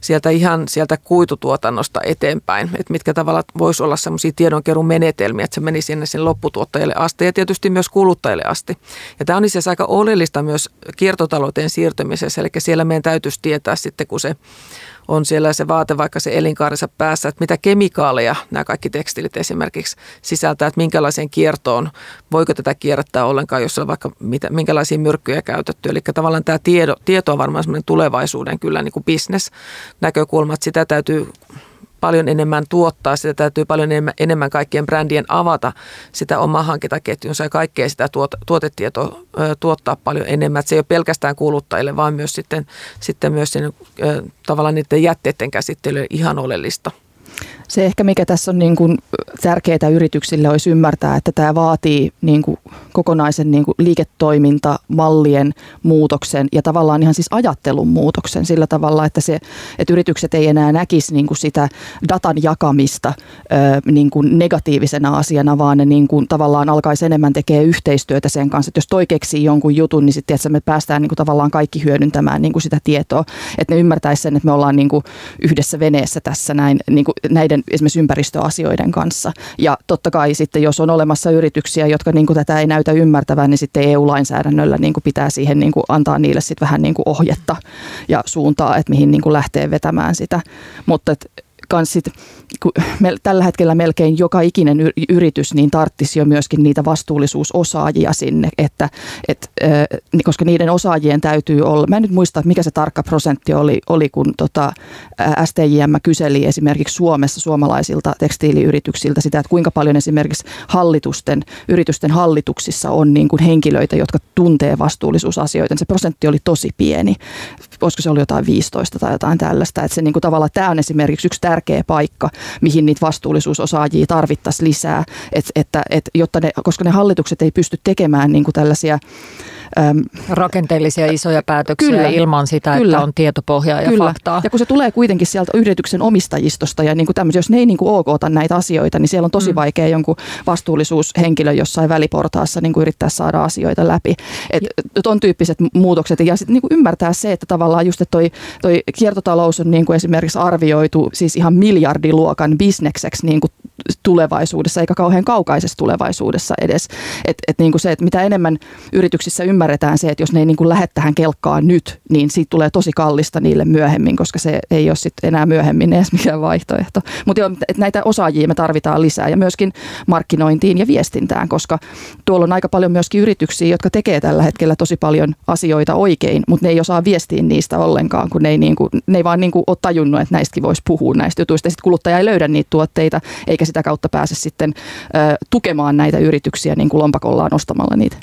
sieltä kuitutuotannosta eteenpäin. Että mitkä tavalla voisi olla semmoisia tiedonkeruun menetelmiä, että se menisi sinne lopputuottajalle asti ja tietysti myös kuluttajille asti. Ja tämä on itse asiassa aika oleellista myös kiertotalouteen siirtymisessä, eli siellä meidän täytyisi tietää sitten, kun se on siellä se vaate vaikka se elinkaarensa päässä, että mitä kemikaaleja nämä kaikki tekstiilit esimerkiksi sisältää, että minkälaiseen kiertoon, voiko tätä kierrättää ollenkaan, jos on vaikka minkälaisia myrkkyjä käytetty. Eli tavallaan tämä tieto on varmaan semmoinen tulevaisuuden kyllä niin kuin business-näkökulma, että sitä täytyy paljon enemmän tuottaa, sitä täytyy paljon enemmän kaikkien brändien avata sitä omaa hankintaketjunsa ja kaikkea sitä tuotetietoa tuottaa paljon enemmän. Että se ei ole pelkästään kuluttajille, vaan myös sitten myös sinne, tavallaan niiden jätteiden käsittelyyn ihan oleellista. Se ehkä mikä tässä on niin kuin tärkeää yrityksille olisi ymmärtää, että tämä vaatii niin kuin kokonaisen niin kuin liiketoimintamallien muutoksen ja tavallaan ihan siis ajattelun muutoksen sillä tavalla, että yritykset ei enää näkisi niin kuin sitä datan jakamista niin kuin negatiivisena asiana, vaan ne niin kuin tavallaan alkaisi enemmän tekemään yhteistyötä sen kanssa. Että jos toi keksii jonkun jutun, niin sitten me päästään niin kuin tavallaan kaikki hyödyntämään niin kuin sitä tietoa, että ne ymmärtäisi sen, että me ollaan niin kuin yhdessä veneessä tässä niin kuin näiden esimerkiksi ympäristöasioiden kanssa. Ja totta kai sitten, jos on olemassa yrityksiä, jotka niin kuin tätä ei näytä ymmärtävän, niin sitten EU-lainsäädännöllä niin kuin pitää siihen niin kuin antaa niille sitten vähän niin kuin ohjetta ja suuntaa, että mihin niin kuin lähtee vetämään sitä. Mutta tällä hetkellä melkein joka ikinen yritys niin tarttisi jo myöskin niitä vastuullisuusosaajia sinne, koska niiden osaajien täytyy olla. Mä en nyt muista, mikä se tarkka prosentti oli kun STJM kyseli esimerkiksi Suomessa suomalaisilta tekstiiliyrityksiltä sitä, että kuinka paljon esimerkiksi yritysten hallituksissa on niin kuin henkilöitä, jotka tuntee vastuullisuusasioita. Se prosentti oli tosi pieni. Olisiko se ollut jotain 15 tai jotain tällaista. Että se niin kuin tavallaan tämä on esimerkiksi yksi tärkeä paikka, mihin niitä vastuullisuusosaajia tarvittaisiin lisää, koska ne hallitukset ei pysty tekemään niin kuin tällaisia rakenteellisia isoja päätöksiä ilman sitä, että on tietopohjaa ja faktaa. Ja kun se tulee kuitenkin sieltä yrityksen omistajistosta ja niin kuin jos ne ei niin kuin OK:ta näitä asioita, niin siellä on tosi vaikea jonkun vastuullisuushenkilö jossain väliportaassa niin kuin yrittää saada asioita läpi. Ton tyyppiset muutokset ja sitten niin kuin ymmärtää se, että tavallaan just että toi kiertotalous on niin kuin esimerkiksi arvioitu siis ihan miljardiluokan bisnekseksi niin kuin tulevaisuudessa, eikä kauhean kaukaisessa tulevaisuudessa edes. Niin kuin se, että mitä enemmän yrityksissä ymmärretään se, että jos ne ei niin kuin lähde tähän kelkkaan nyt, niin siitä tulee tosi kallista niille myöhemmin, koska se ei ole sitten enää myöhemmin edes mikään vaihtoehto. Mutta näitä osaajia me tarvitaan lisää ja myöskin markkinointiin ja viestintään, koska tuolla on aika paljon myöskin yrityksiä, jotka tekee tällä hetkellä tosi paljon asioita oikein, mutta ne ei osaa viestiä niistä ollenkaan, kun ne ei vaan niin kuin ole tajunnut, että näistäkin voisi puhua näistä jutuista. Ja sitten kuluttaja ei löydä niitä tuotteita, eikä sitä kautta pääse sitten tukemaan näitä yrityksiä niin kuin lompakollaan ostamalla niitä.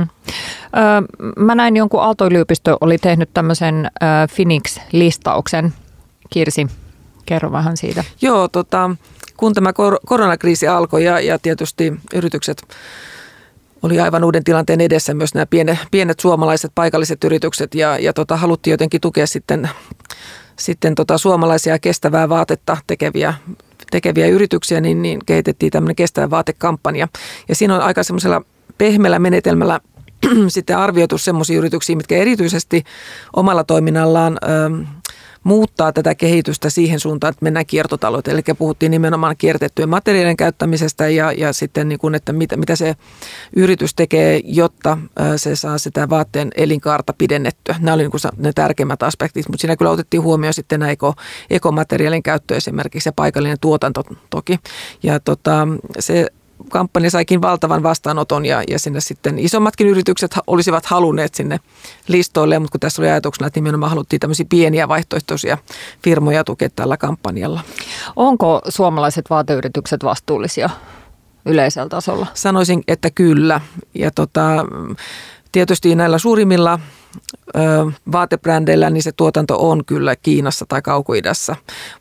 Mä näin jonkun Aalto-yliopisto oli tehnyt tämmöisen Phoenix-listauksen. Kirsi, kerro vähän siitä. Joo, kun tämä koronakriisi alkoi ja tietysti yritykset oli aivan uuden tilanteen edessä, myös nämä pienet suomalaiset paikalliset yritykset ja haluttiin jotenkin tukea sitten suomalaisia kestävää vaatetta tekeviä yrityksiä, niin kehitettiin tämmöinen kestävä vaatekampanja. Ja siinä on aika semmoisella pehmeällä menetelmällä sitten arvioitu semmoisia yrityksiä, mitkä erityisesti omalla toiminnallaan muuttaa tätä kehitystä siihen suuntaan, että mennään kiertotalouteen. Eli puhuttiin nimenomaan kiertettyjen materiaalien käyttämisestä ja sitten, niin kuin, että mitä se yritys tekee, jotta se saa sitä vaatteen elinkaarta pidennettyä. Nämä olivat niin ne tärkeimmät aspektit, mutta siinä kyllä otettiin huomioon sitten nämä ekomateriaalin käyttö esimerkiksi ja paikallinen tuotanto toki. Ja se kampanja saikin valtavan vastaanoton ja sinne sitten isommatkin yritykset olisivat halunneet sinne listoille, mutta kun tässä oli ajatuksena, että nimenomaan haluttiin tämmöisiä pieniä vaihtoehtoisia firmoja tukea tällä kampanjalla. Onko suomalaiset vaateyritykset vastuullisia yleisellä tasolla? Sanoisin, että kyllä. Ja tietysti näillä suurimmilla vaatebrändeillä niin se tuotanto on kyllä Kiinassa tai Kaukoidässä,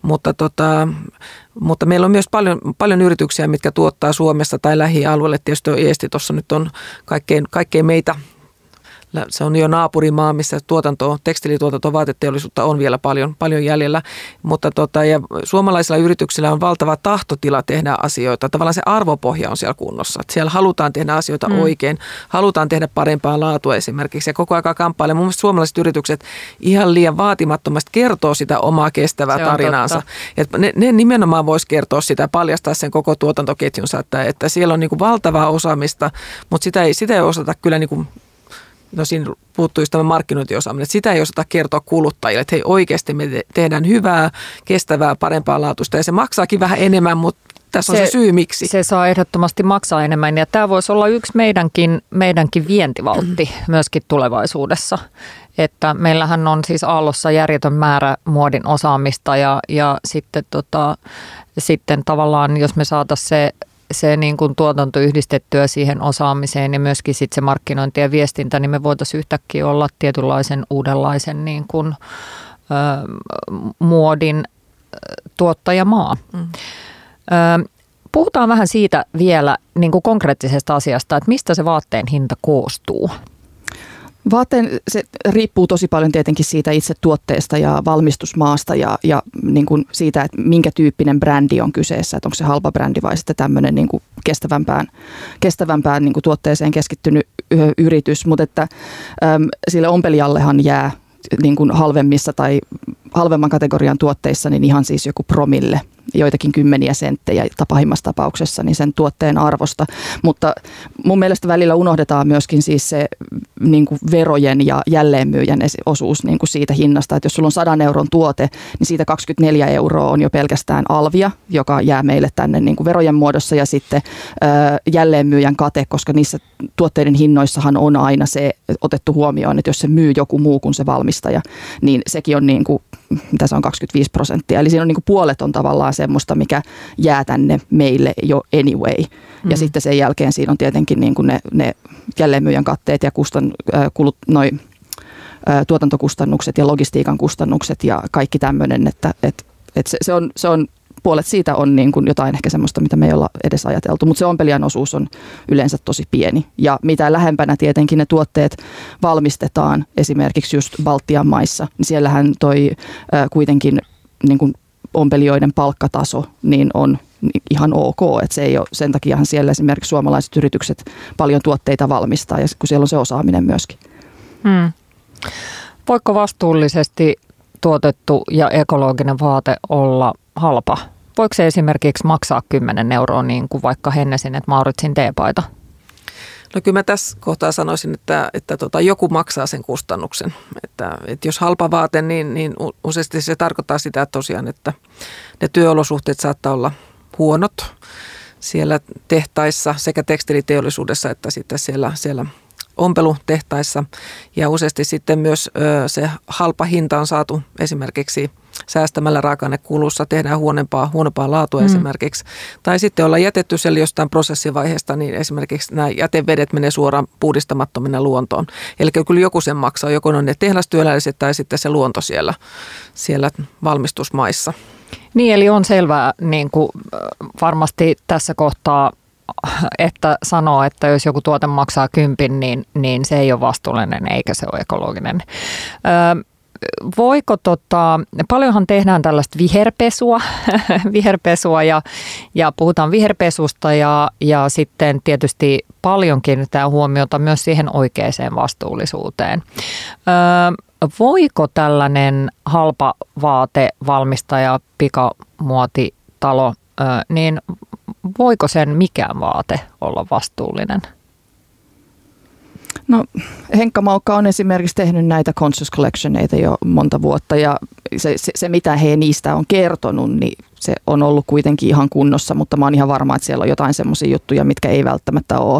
mutta meillä on myös paljon yrityksiä, mitkä tuottaa Suomessa tai lähialueelle. Tietysti Eesti tuossa nyt on kaikkein meitä. Se on jo naapurimaa, missä tekstiilituotanto, vaateteollisuutta on vielä paljon jäljellä, mutta ja suomalaisilla yrityksillä on valtava tahtotila tehdä asioita. Tavallaan se arvopohja on siellä kunnossa. Että siellä halutaan tehdä asioita oikein, halutaan tehdä parempaa laatua esimerkiksi ja koko ajan kamppailee. Mun mielestä suomalaiset yritykset ihan liian vaatimattomasti kertoo sitä omaa kestävää tarinaansa. Että ne nimenomaan voisi kertoa sitä, paljastaa sen koko tuotantoketjunsa, että siellä on niin kuin valtavaa osaamista, mutta sitä ei osata kyllä niin kuin siinä puuttuisi tämä markkinointiosaaminen, että sitä ei osata kertoa kuluttajille, että hei oikeasti me tehdään hyvää, kestävää, parempaa laatusta ja se maksaakin vähän enemmän, mutta tässä on se syy miksi. Se saa ehdottomasti maksaa enemmän ja tämä voisi olla yksi meidänkin vientivaltti myöskin tulevaisuudessa. Että meillähän on siis Aallossa järjetön määrä muodin osaamista ja sitten tavallaan jos me saataisiin se niin kuin tuotanto yhdistettyä siihen osaamiseen ja myöskin sitten se markkinointi ja viestintä, niin me voitaisiin yhtäkkiä olla tietynlaisen uudenlaisen niin kuin, muodin tuottajamaa. Puhutaan vähän siitä vielä niin kuin konkreettisesta asiasta, että mistä se vaatteen hinta koostuu? Se riippuu tosi paljon tietenkin siitä itse tuotteesta ja valmistusmaasta ja niin kuin siitä, että minkä tyyppinen brändi on kyseessä, että onko se halpa brändi vai sitten tämmöinen niin kuin kestävämpään niin kuin tuotteeseen keskittynyt yritys, mutta että sille ompelijallehan jää niin kuin halvemmissa tai halvemman kategorian tuotteissa niin ihan siis joku promille joitakin kymmeniä senttejä pahimmassa tapauksessa niin sen tuotteen arvosta. Mutta mun mielestä välillä unohdetaan myöskin siis se niin kuin verojen ja jälleenmyyjän osuus niin kuin siitä hinnasta, että jos sulla on 100 euron tuote, niin siitä 24 euroa on jo pelkästään alvia, joka jää meille tänne niin kuin verojen muodossa ja sitten jälleenmyyjän kate, koska niissä tuotteiden hinnoissahan on aina se otettu huomioon, että jos se myy joku muu kuin se valmistaja, niin sekin on niin kuin, mitä se on 25%. Eli siinä on niin kuin puolet on tavallaan semmoista, mikä jää tänne meille jo anyway. Ja sitten sen jälkeen siinä on tietenkin niin kuin ne jälleenmyyjän katteet ja tuotantokustannukset ja logistiikan kustannukset ja kaikki tämmöinen, että se on puolet siitä on niin kuin jotain ehkä semmoista, mitä me ei olla edes ajateltu, mutta se ompelijan osuus on yleensä tosi pieni. Ja mitä lähempänä tietenkin ne tuotteet valmistetaan, esimerkiksi just Baltian maissa, niin siellähän toi kuitenkin niin kuin ompelijoiden palkkataso niin on ihan ok, että se ei ole, sen takiahan siellä esimerkiksi suomalaiset yritykset paljon tuotteita valmistaa ja kun siellä on se osaaminen myöskin. Voiko vastuullisesti tuotettu ja ekologinen vaate olla halpa? Voiko se esimerkiksi maksaa 10 euroa niin kuin vaikka Hennesin, että Mauritsin teepaita? No kyllä mä tässä kohtaa sanoisin, että joku maksaa sen kustannuksen. Että jos halpa vaate, niin useasti se tarkoittaa sitä että tosiaan, että ne työolosuhteet saattaa olla huonot siellä tehtaissa sekä tekstiiliteollisuudessa että sitten siellä ompelutehtaissa. Ja useasti sitten myös se halpa hinta on saatu esimerkiksi säästämällä raaka-ainekulussa, tehdään huonompaa laatua esimerkiksi. Tai sitten ollaan jätetty siellä jostain prosessivaiheesta, niin esimerkiksi nämä jätevedet menee suoraan puhdistamattomina luontoon. Eli kyllä joku sen maksaa, joko on ne tehdastyöläiset tai sitten se luonto siellä valmistusmaissa. Niin, eli on selvää niin kuin varmasti tässä kohtaa, että sanoo, että jos joku tuote maksaa 10, niin se ei ole vastuullinen eikä se ole ekologinen. Voiko paljonhan tehdään tällaista viherpesua ja puhutaan viherpesusta ja sitten tietysti paljon kiinnitetään huomiota myös siihen oikeaan vastuullisuuteen. Voiko tällainen halpa vaatevalmistaja, pikamuotitalo, niin voiko sen mikään vaate olla vastuullinen? No Henkka Maukka on esimerkiksi tehnyt näitä Conscious Collectioneita jo monta vuotta ja se mitä he niistä on kertonut, niin se on ollut kuitenkin ihan kunnossa, mutta mä oon ihan varma, että siellä on jotain semmoisia juttuja, mitkä ei välttämättä ole.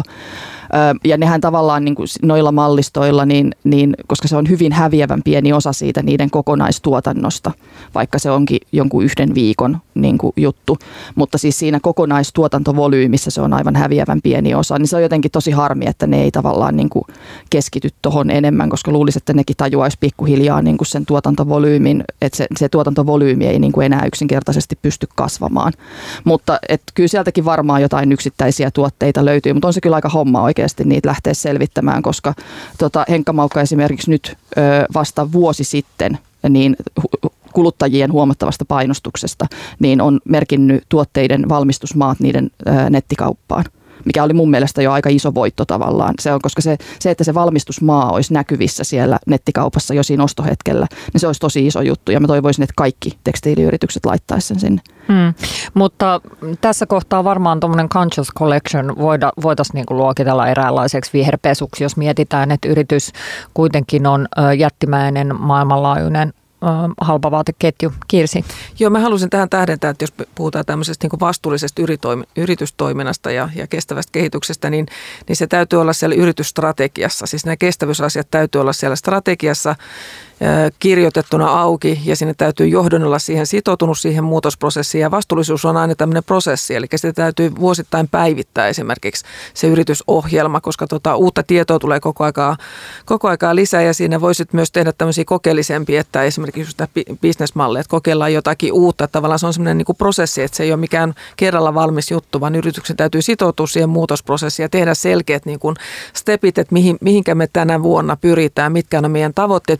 Ja nehän tavallaan niin kuin noilla mallistoilla, niin, koska se on hyvin häviävän pieni osa siitä niiden kokonaistuotannosta, vaikka se onkin jonkun yhden viikon niin kuin juttu. Mutta siis siinä kokonaistuotantovolyymissä se on aivan häviävän pieni osa, niin se on jotenkin tosi harmi, että ne ei tavallaan niin kuin keskity tuohon enemmän, koska luulisin, että nekin tajuaisi pikkuhiljaa niin kuin sen tuotantovolyymin, että se tuotantovolyymi ei niin kuin enää yksinkertaisesti pysty kasvamaan. Mutta kyllä sieltäkin varmaan jotain yksittäisiä tuotteita löytyy, mutta on se kyllä aika homma oikeasti niitä lähteä selvittämään, koska Henkka Maukka esimerkiksi nyt vasta vuosi sitten niin kuluttajien huomattavasta painostuksesta niin on merkinnyt tuotteiden valmistusmaat niiden nettikauppaan, mikä oli mun mielestä jo aika iso voitto tavallaan. Se on, koska se, että se valmistusmaa olisi näkyvissä siellä nettikaupassa jo siinä ostohetkellä, niin se olisi tosi iso juttu ja mä toivoisin, että kaikki tekstiiliyritykset laittaisi sen sinne. Mutta tässä kohtaa varmaan tuommoinen Conscious Collection voitaisiin niinku luokitella eräänlaiseksi viherpesuksi, jos mietitään, että yritys kuitenkin on jättimäinen maailmanlaajuinen halpavaateketju. Kirsi. Joo, mä halusin tähän tähdentää, että jos puhutaan tämmöisestä niin kuin vastuullisesta yritystoiminnasta ja kestävästä kehityksestä, niin se täytyy olla siellä yritysstrategiassa. Siis nämä kestävyysasiat täytyy olla siellä strategiassa kirjoitettuna auki ja sinne täytyy johdon olla siihen sitoutunut siihen muutosprosessiin ja vastuullisuus on aina tämmöinen prosessi, eli sitä täytyy vuosittain päivittää esimerkiksi se yritysohjelma, koska uutta tietoa tulee koko aikaa lisää ja siinä voisit myös tehdä tämmöisiä kokeellisempia, että esimerkiksi sitä bisnesmallia, että kokeillaan jotakin uutta, että tavallaan se on semmoinen niin kuin prosessi, että se ei ole mikään kerralla valmis juttu, vaan yrityksen täytyy sitoutua siihen muutosprosessiin ja tehdä selkeät niin kuin stepit, että mihinkä me tänä vuonna pyritään, mitkä on meidän tavoitteet, mitä me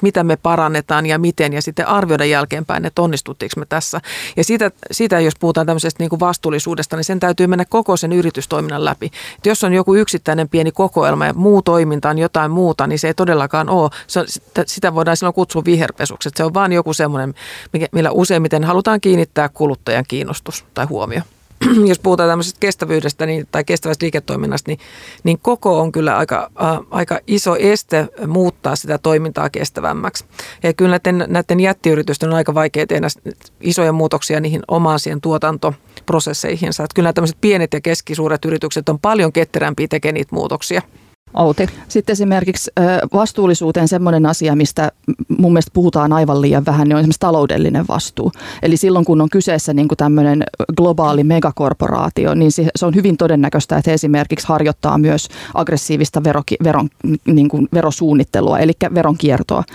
parannetaan ja miten, ja sitten arvioida jälkeenpäin, että onnistuttiinko me tässä. Ja sitä jos puhutaan tämmöisestä niin kuin vastuullisuudesta, niin sen täytyy mennä koko sen yritystoiminnan läpi. Et jos on joku yksittäinen pieni kokoelma ja muu toiminta on jotain muuta, niin se ei todellakaan ole. Sitä voidaan silloin kutsua viherpesuksi. Se on vaan joku semmoinen, millä useimmiten halutaan kiinnittää kuluttajan kiinnostus tai huomio. Jos puhutaan tämmöisestä kestävyydestä tai kestävästä liiketoiminnasta, niin koko on kyllä aika iso este muuttaa sitä toimintaa kestävämmäksi. Ja kyllä näiden jättiyritysten on aika vaikea tehdä isoja muutoksia niihin omaan siihen tuotantoprosesseihinsa. Että kyllä tämmöiset pienet ja keskisuuret yritykset on paljon ketterämpiä tekemään niitä muutoksia. Outi. Sitten esimerkiksi vastuullisuuteen semmoinen asia, mistä mun mielestä puhutaan aivan liian vähän, niin on esimerkiksi taloudellinen vastuu. Eli silloin, kun on kyseessä niin kuin tämmöinen globaali megakorporaatio, niin se on hyvin todennäköistä, että he esimerkiksi harjoittaa myös aggressiivista verosuunnittelua, eli veronkiertoa.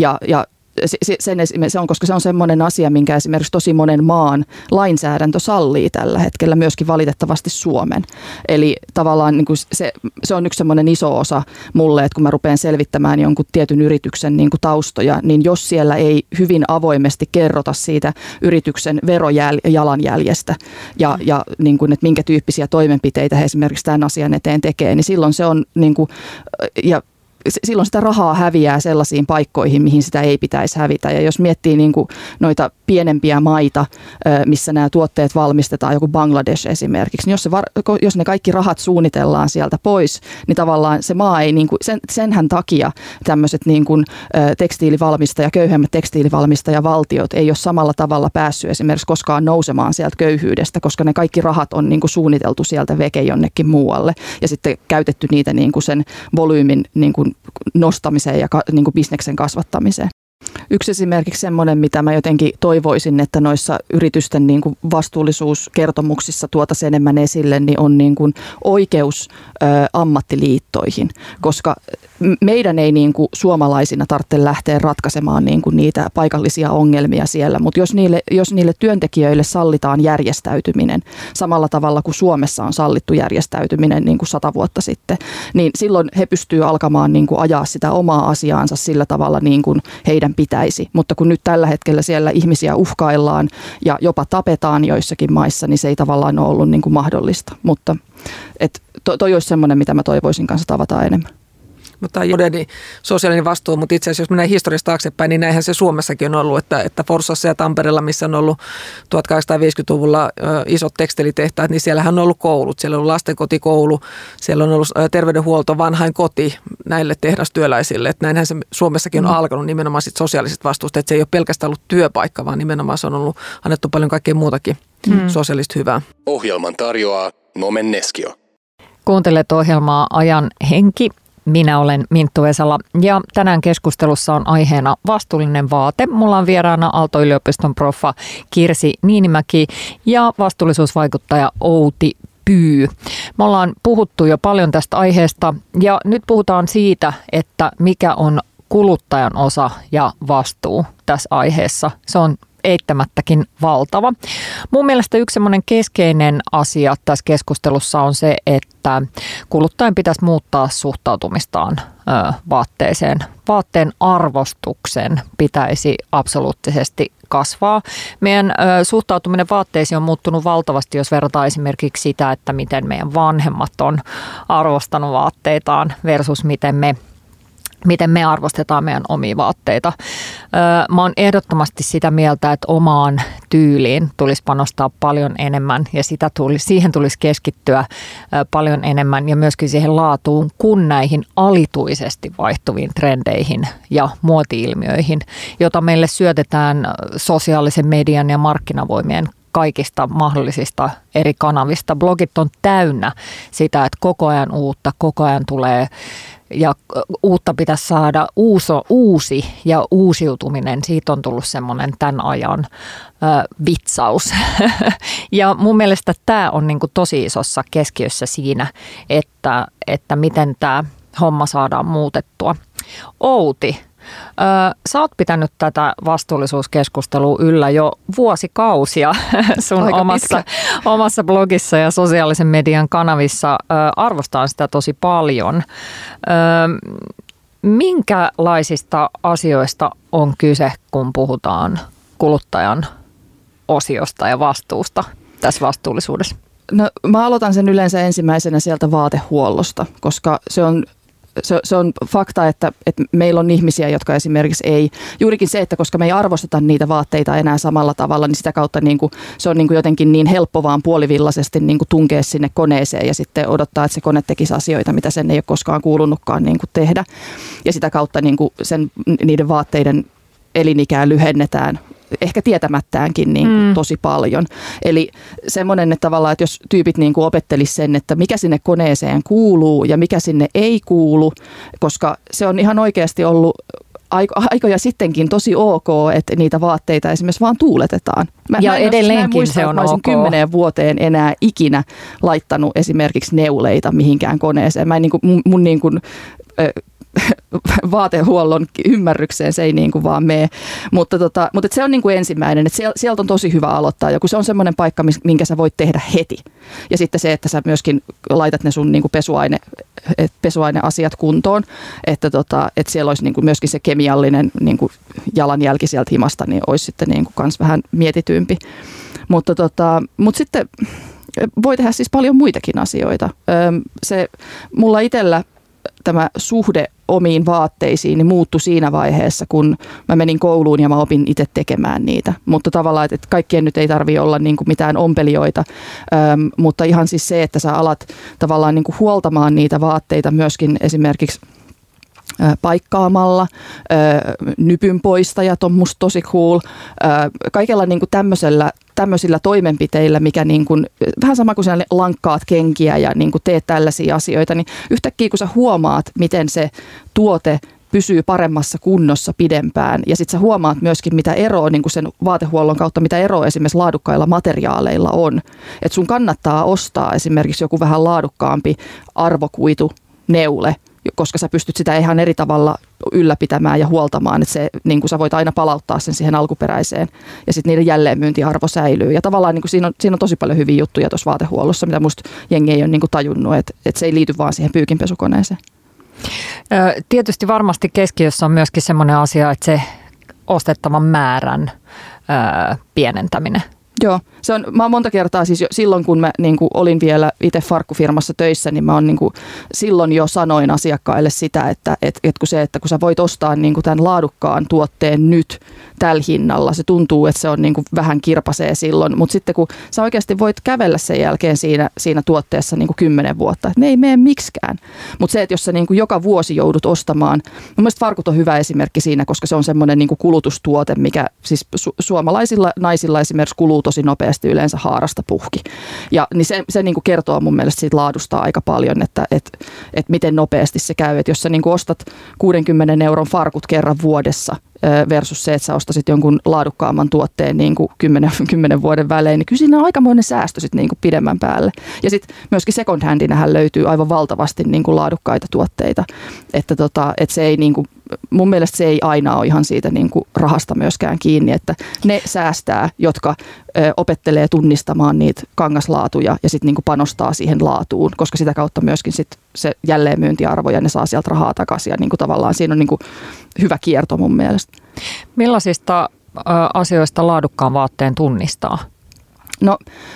Se on, koska se on semmoinen asia, minkä esimerkiksi tosi monen maan lainsäädäntö sallii tällä hetkellä, myöskin valitettavasti Suomen. Eli tavallaan niin kuin se on yksi semmoinen iso osa mulle, että kun mä rupean selvittämään jonkun tietyn yrityksen niin kuin taustoja, niin jos siellä ei hyvin avoimesti kerrota siitä yrityksen verojalanjäljestä ja niin kuin, että minkä tyyppisiä toimenpiteitä he esimerkiksi tämän asian eteen tekee, niin silloin se on niin kuin, silloin sitä rahaa häviää sellaisiin paikkoihin, mihin sitä ei pitäisi hävitä. Ja jos miettii niin kuin noita pienempiä maita, missä nämä tuotteet valmistetaan, joku Bangladesh esimerkiksi, niin jos ne kaikki rahat suunnitellaan sieltä pois, niin tavallaan se maa ei, niin kuin, senhän takia tämmöiset niin kuin köyhemmät tekstiilivalmistajavaltiot ei ole samalla tavalla päässyt esimerkiksi koskaan nousemaan sieltä köyhyydestä, koska ne kaikki rahat on niin kuin suunniteltu sieltä veke jonnekin muualle ja sitten käytetty niitä niin kuin sen volyymin niin kuin nostamiseen ja niin kuin bisneksen kasvattamiseen. Yksi esimerkiksi semmoinen, mitä mä jotenkin toivoisin, että noissa yritysten niin kuin vastuullisuuskertomuksissa tuotaisiin enemmän esille, niin on niin kuin oikeus ammattiliittoihin, koska meidän ei niin kuin suomalaisina tarvitse lähteä ratkaisemaan niin kuin niitä paikallisia ongelmia siellä, mutta jos niille työntekijöille sallitaan järjestäytyminen samalla tavalla kuin Suomessa on sallittu järjestäytyminen niin kuin 100 vuotta sitten, niin silloin he pystyvät alkamaan niin kuin ajaa sitä omaa asiaansa sillä tavalla niin kuin heidän pitäisi. Mutta kun nyt tällä hetkellä siellä ihmisiä uhkaillaan ja jopa tapetaan joissakin maissa, niin se ei tavallaan ole ollut niin kuin mahdollista. Mutta toi olisi semmoinen, mitä mä toivoisin kanssa tavata enemmän. Mutta moderni sosiaalinen vastuu, mutta itse asiassa jos mennään historiasta taaksepäin, niin näinhän se Suomessakin on ollut, että Forssassa ja Tampereella, missä on ollut 1850-luvulla isot tekstiilitehtaat, niin siellähän on ollut koulut. Siellä on ollut lastenkotikoulu, siellä on ollut terveydenhuolto, vanhainkoti näille tehdastyöläisille. Että näinhän se Suomessakin on alkanut nimenomaan sit sosiaalisesta vastuusta, että se ei ole pelkästään ollut työpaikka, vaan nimenomaan se on ollut annettu paljon kaikkea muutakin sosiaalista hyvää. Ohjelman tarjoaa Nomen Neskio. Kuuntelet ohjelmaa Ajan henki. Minä olen Minttu Vesala ja tänään keskustelussa on aiheena vastuullinen vaate. Mulla on vieraana Aalto-yliopiston proffa Kirsi Niinimäki ja vastuullisuusvaikuttaja Outi Pyy. Me ollaan puhuttu jo paljon tästä aiheesta ja nyt puhutaan siitä, että mikä on kuluttajan osa ja vastuu tässä aiheessa. Se on eittämättäkin valtava. Mun mielestä yksi semmoinen keskeinen asia tässä keskustelussa on se, että kuluttajan pitäisi muuttaa suhtautumistaan vaatteeseen. Vaatteen arvostuksen pitäisi absoluuttisesti kasvaa. Meidän suhtautuminen vaatteisiin on muuttunut valtavasti, jos verrataan esimerkiksi sitä, että miten meidän vanhemmat on arvostanut vaatteitaan versus miten me arvostetaan meidän omia vaatteita. Mä oon ehdottomasti sitä mieltä, että omaan tyyliin tulisi panostaa paljon enemmän ja siihen tulisi keskittyä paljon enemmän ja myöskin siihen laatuun kuin näihin alituisesti vaihtuviin trendeihin ja muoti-ilmiöihin, jota meille syötetään sosiaalisen median ja markkinavoimien kaikista mahdollisista eri kanavista. Blogit on täynnä sitä, että koko ajan uutta, koko ajan tulee ja uutta pitäisi saada uusi ja uusiutuminen. Siitä on tullut semmoinen tämän ajan vitsaus. Ja mun mielestä tämä on niinku tosi isossa keskiössä siinä, että miten tämä homma saadaan muutettua. Outi, sä oot pitänyt tätä vastuullisuuskeskustelua yllä jo vuosikausia sun omassa blogissa ja sosiaalisen median kanavissa. Arvostan sitä tosi paljon. Minkälaisista asioista on kyse, kun puhutaan kuluttajan osiosta ja vastuusta tässä vastuullisuudessa? No, mä aloitan sen yleensä ensimmäisenä sieltä vaatehuollosta, koska se on fakta, että meillä on ihmisiä, jotka esimerkiksi ei, juurikin se, että koska me ei arvosteta niitä vaatteita enää samalla tavalla, niin sitä kautta niin kuin, se on niin kuin jotenkin niin helppo vaan puolivillaisesti niin kuin tunkea sinne koneeseen ja sitten odottaa, että se kone tekisi asioita, mitä sen ei ole koskaan kuulunutkaan niin kuin tehdä. Ja sitä kautta niin kuin niiden vaatteiden elinikää lyhennetään ehkä tietämättäänkin niin kuin tosi paljon. Eli semmoinen, että tavallaan, että jos tyypit niin kuin opettelisi sen, että mikä sinne koneeseen kuuluu ja mikä sinne ei kuulu, koska se on ihan oikeasti ollut aikoja sittenkin tosi ok, että niitä vaatteita esimerkiksi vaan tuuletetaan. Ja edelleenkin muista, se on ok. Mä olisin 10 vuoteen enää ikinä laittanut esimerkiksi neuleita mihinkään koneeseen. Mä en mun niin kuin, vaatehuollon ymmärrykseen se ei niin kuin vaan mene, mutta se on niin kuin ensimmäinen, että sieltä on tosi hyvä aloittaa, ja kun se on semmoinen paikka, minkä sä voit tehdä heti. Ja sitten se, että sä myöskin laitat ne sun niin kuin pesuaineasiat kuntoon, että siellä olisi niin kuin myöskin se kemiallinen niin kuin jalanjälki sieltä himasta, niin olisi sitten niin kuin kans vähän mietitympi. Mutta sitten voi tehdä siis paljon muitakin asioita. Mulla itsellä tämä suhde omiin vaatteisiin niin muuttui siinä vaiheessa, kun mä menin kouluun ja mä opin itse tekemään niitä. Mutta tavallaan, että kaikkien nyt ei tarvitse olla niin kuin mitään ompelijoita, mutta ihan siis se, että sä alat tavallaan niin kuin huoltamaan niitä vaatteita myöskin esimerkiksi paikkaamalla, nypynpoistajat on musta tosi cool, kaikella niin kuin tämmöisillä toimenpiteillä, mikä niin kuin, vähän sama kuin sä lankkaat kenkiä ja niin kuin teet tällaisia asioita, niin yhtäkkiä kun sä huomaat, miten se tuote pysyy paremmassa kunnossa pidempään. Ja sitten sä huomaat myöskin, mitä eroa niin kuin sen vaatehuollon kautta, mitä eroa esimerkiksi laadukkailla materiaaleilla on. Että sun kannattaa ostaa esimerkiksi joku vähän laadukkaampi arvokuitu neule, koska sä pystyt sitä ihan eri tavalla ylläpitämään ja huoltamaan, että se, niin kuin sä voit aina palauttaa sen siihen alkuperäiseen ja sitten niiden jälleenmyyntiarvo säilyy. Ja tavallaan niin kuin siinä on tosi paljon hyviä juttuja tuossa vaatehuollossa, mitä musta jengi ei ole niin kuin tajunnut, että se ei liity vaan siihen pyykinpesukoneeseen. Tietysti varmasti keskiössä on myöskin semmoinen asia, että se ostettavan määrän pienentäminen. Joo, mä oon monta kertaa siis silloin, kun mä niin kuin olin vielä itse farkkufirmassa töissä, niin mä oon niin kuin silloin jo sanoin asiakkaille sitä, että kun sä voit ostaa niin kuin tämän laadukkaan tuotteen nyt tällä hinnalla, se tuntuu, että se on niin kuin vähän kirpasee silloin, mutta sitten kun sä oikeasti voit kävellä sen jälkeen siinä tuotteessa niin kuin 10 vuotta, että ne ei mene miksikään. Mutta se, että jos sä niin kuin joka vuosi joudut ostamaan, mun mielestä farkut on hyvä esimerkki siinä, koska se on semmoinen niin kuin kulutustuote, mikä siis suomalaisilla naisilla esimerkiksi kuluu tosi nopeasti yleensä haarasta puhki. Ja niin se niin kuin kertoo mun mielestä siitä laadusta aika paljon, että miten nopeasti se käy. Että jos sä niin kuin ostat 60 € farkut kerran vuodessa versus se, että sä ostasit jonkun laadukkaamman tuotteen niin kuin 10 vuoden välein, niin kyllä siinä on aikamoinen säästö sit niin kuin pidemmän päälle. Ja sitten myöskin second handinähän löytyy aivan valtavasti niin kuin laadukkaita tuotteita, että se ei niin kuin, mun mielestä se ei aina ole ihan siitä niin kuin rahasta myöskään kiinni, että ne säästää, jotka opettelee tunnistamaan niitä kangaslaatuja ja sitten niin kuin panostaa siihen laatuun, koska sitä kautta myöskin sit se jälleenmyyntiarvo ja ne saa sieltä rahaa takaisin ja niin kuin tavallaan siinä on niin kuin hyvä kierto mun mielestä. Millaisista asioista laadukkaan vaatteen tunnistaa? No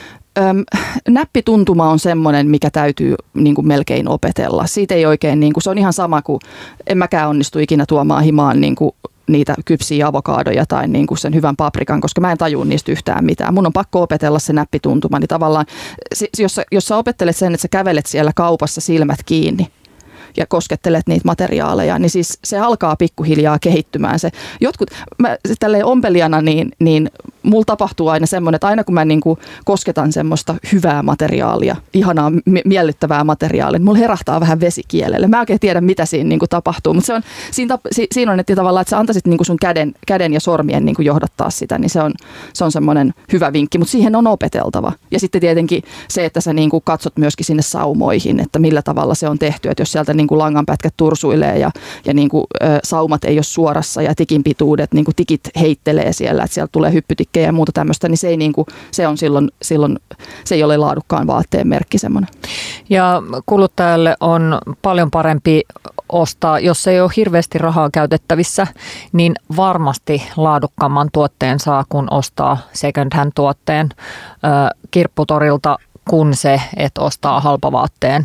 näppituntuma on semmoinen, mikä täytyy niin kuin melkein opetella. Siitä ei oikein, niin kuin, se on ihan sama kuin en mäkään onnistu ikinä tuomaan himaan niin kuin niitä kypsiä avokaadoja tai niin kuin sen hyvän paprikan, koska mä en tajua niistä yhtään mitään. Mun on pakko opetella se näppituntuma, niin tavallaan jos sä opettelet sen, että sä kävelet siellä kaupassa silmät kiinni ja koskettelet niitä materiaaleja, niin siis se alkaa pikkuhiljaa kehittymään. Mä tälleen ompelijana, niin mulla tapahtuu aina semmoinen, että aina kun mä niinku kosketan semmoista hyvää materiaalia, ihanaa, miellyttävää materiaalia, niin mulla herahtaa vähän vesikielelle. Mä en oikein tiedä, mitä siinä niinku tapahtuu, mutta siinä on, että tavallaan, että sä antaisit niinku sun käden ja sormien niinku johdattaa sitä, niin se on semmoinen hyvä vinkki, mutta siihen on opeteltava. Ja sitten tietenkin se, että sä niinku katsot myöskin sinne saumoihin, että millä tavalla se on tehty, että jos sieltä niinku langanpätkät tursuilee ja niinku, saumat ei ole suorassa ja tikin pituudet, niinku tikit heittelee siellä, että sieltä tulee hyppytikki merkkejä ja muuta tämmöistä, niin se ei, niin kuin, se on silloin se ei ole laadukkaan vaatteen merkki semmoinen. Ja kuluttajalle on paljon parempi ostaa, jos ei ole hirveästi rahaa käytettävissä, niin varmasti laadukkaamman tuotteen saa, kun ostaa second hand tuotteen kirpputorilta, kun se, että ostaa halpavaatteen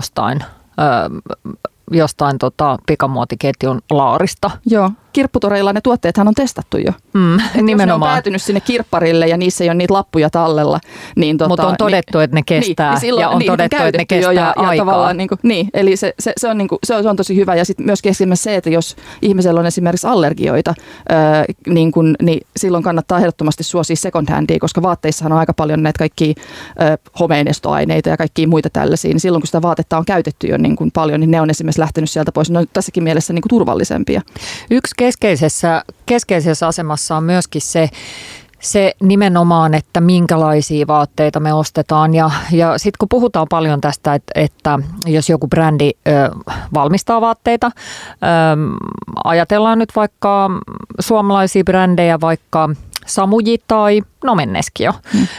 jostain pikamuotiketjun laarista. Joo, kirpputoreilla ne tuotteethan on testattu jo. Nimenomaan. Jos ne on päätynyt sinne kirpparille ja niissä ei ole niitä lappuja tallella. Niin mutta on todettu, että ne kestää ja on todettu, että ne kestää aikaa. Eli se on tosi hyvä. Ja sitten myöskin esimerkiksi se, että jos ihmisellä on esimerkiksi allergioita, niin silloin kannattaa ehdottomasti suosia second handia, koska vaatteissahan on aika paljon näitä kaikkia homeinestoaineita ja kaikkia muita tällaisia. Niin silloin kun sitä vaatetta on käytetty jo niin kuin paljon, niin ne on esimerkiksi lähtenyt sieltä pois. Ne on tässäkin mielessä niin kuin turvallisempia. Yksi keskeisessä asemassa on myöskin se nimenomaan, että minkälaisia vaatteita me ostetaan. Ja sitten kun puhutaan paljon tästä, että jos joku brändi valmistaa vaatteita, ajatellaan nyt vaikka suomalaisia brändejä, vaikka Samuji tai Nomenneskio,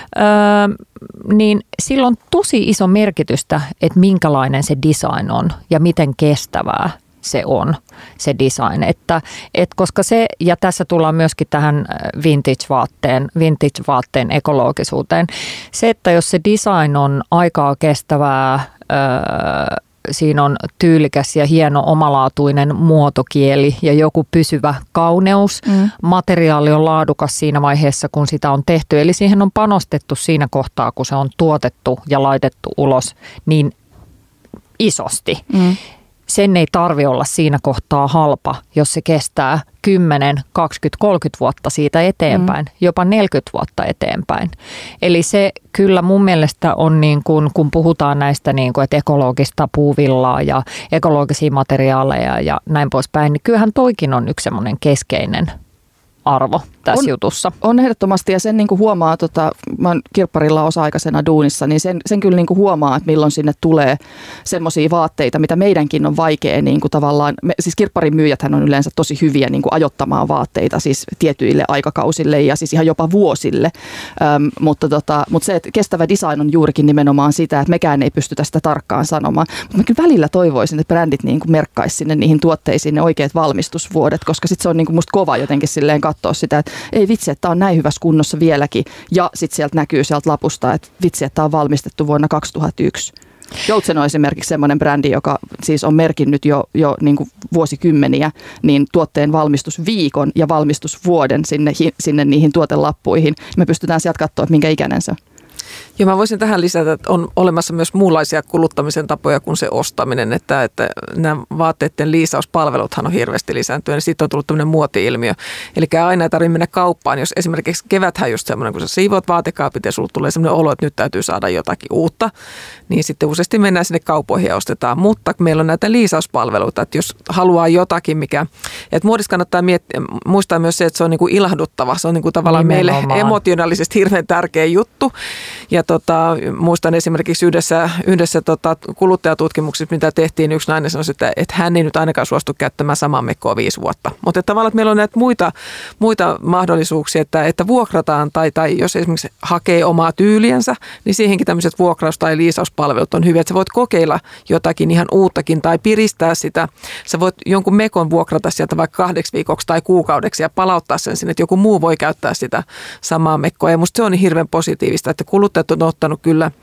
niin sillä on tosi iso merkitystä, että minkälainen se design on ja miten kestävää se on, se design. Että koska se, ja tässä tullaan myöskin tähän vintage-vaatteen ekologisuuteen, se, että jos se design on aikaa kestävää, siinä on tyylikäs ja hieno omalaatuinen muotokieli ja joku pysyvä kauneus. Materiaali on laadukas siinä vaiheessa, kun sitä on tehty. Eli siihen on panostettu siinä kohtaa, kun se on tuotettu ja laitettu ulos niin isosti. Sen ei tarvitse olla siinä kohtaa halpa, jos se kestää 10, 20, 30 vuotta siitä eteenpäin, jopa 40 vuotta eteenpäin. Eli se kyllä mun mielestä on niin kuin, kun puhutaan näistä niin kuin, että ekologista puuvillaa ja ekologisia materiaaleja ja näin poispäin, niin kyllähän toikin on yksi semmoinen keskeinen arvo tässä jutussa. On ehdottomasti, ja sen niin kuin huomaa, mä oon kirpparilla osa-aikaisena duunissa, niin sen kyllä niin kuin huomaa, että milloin sinne tulee semmoisia vaatteita, mitä meidänkin on vaikea niin kuin tavallaan, siis kirpparin myyjäthän on yleensä tosi hyviä niin kuin ajoittamaan vaatteita siis tietyille aikakausille ja siis ihan jopa vuosille, mutta se, että kestävä design on juurikin nimenomaan sitä, että mekään ei pystytä sitä tarkkaan sanomaan, mutta mä kyllä välillä toivoisin, että brändit niin kuin merkkaisi sinne niihin tuotteisiin ne oikeat valmistusvuodet, koska sitten se on niin kuin musta kova jotenkin silleen katsoa sitä, että ei vitsi, että tämä on näin hyvässä kunnossa vieläkin. Ja sitten sieltä näkyy sieltä lapusta, että vitsi, että tämä on valmistettu vuonna 2001. Joutsen on esimerkiksi semmoinen brändi, joka siis on merkinnyt jo niin kuin vuosikymmeniä niin tuotteen valmistusviikon ja valmistusvuoden sinne niihin tuotelappuihin. Me pystytään sieltä katsoa, että minkä ikäinen se on. Ja mä voisin tähän lisätä, että on olemassa myös muunlaisia kuluttamisen tapoja kuin se ostaminen, että nämä vaatteiden liisauspalveluthan on hirveästi lisääntynyt ja siitä on tullut tämmöinen muoti-ilmiö. Eli aina ei tarvitse mennä kauppaan, jos esimerkiksi keväthän just semmoinen, kun sä siivoat vaatekaapit ja sulla tulee semmoinen olo, että nyt täytyy saada jotakin uutta, niin sitten useasti mennään sinne kaupoihin ja ostetaan. Mutta meillä on näitä liisauspalveluita, että jos haluaa jotakin, että muodissa kannattaa muistaa myös se, että se on niin kuin ilahduttava, se on niin kuin tavallaan meille emotionaalisesti hirveän tärkeä juttu. Ja muistan esimerkiksi yhdessä kuluttajatutkimuksissa, mitä tehtiin, yksi nainen sanoi, että hän ei nyt ainakaan suostu käyttämään samaa mekkoa 5 vuotta. Mutta tavallaan, että meillä on näitä muita mahdollisuuksia, että vuokrataan tai jos esimerkiksi hakee omaa tyyliensä, niin siihenkin tämmöiset vuokraus- tai liisauspalvelut on hyviä. Että sä voit kokeilla jotakin ihan uuttakin tai piristää sitä. Sä voit jonkun mekon vuokrata sieltä vaikka 2 viikoksi tai kuukaudeksi ja palauttaa sen sinne, että joku muu voi käyttää sitä samaa mekkoa. Ja musta se on niin hirveän positiivista, että kuluttajat on ottanut kyllä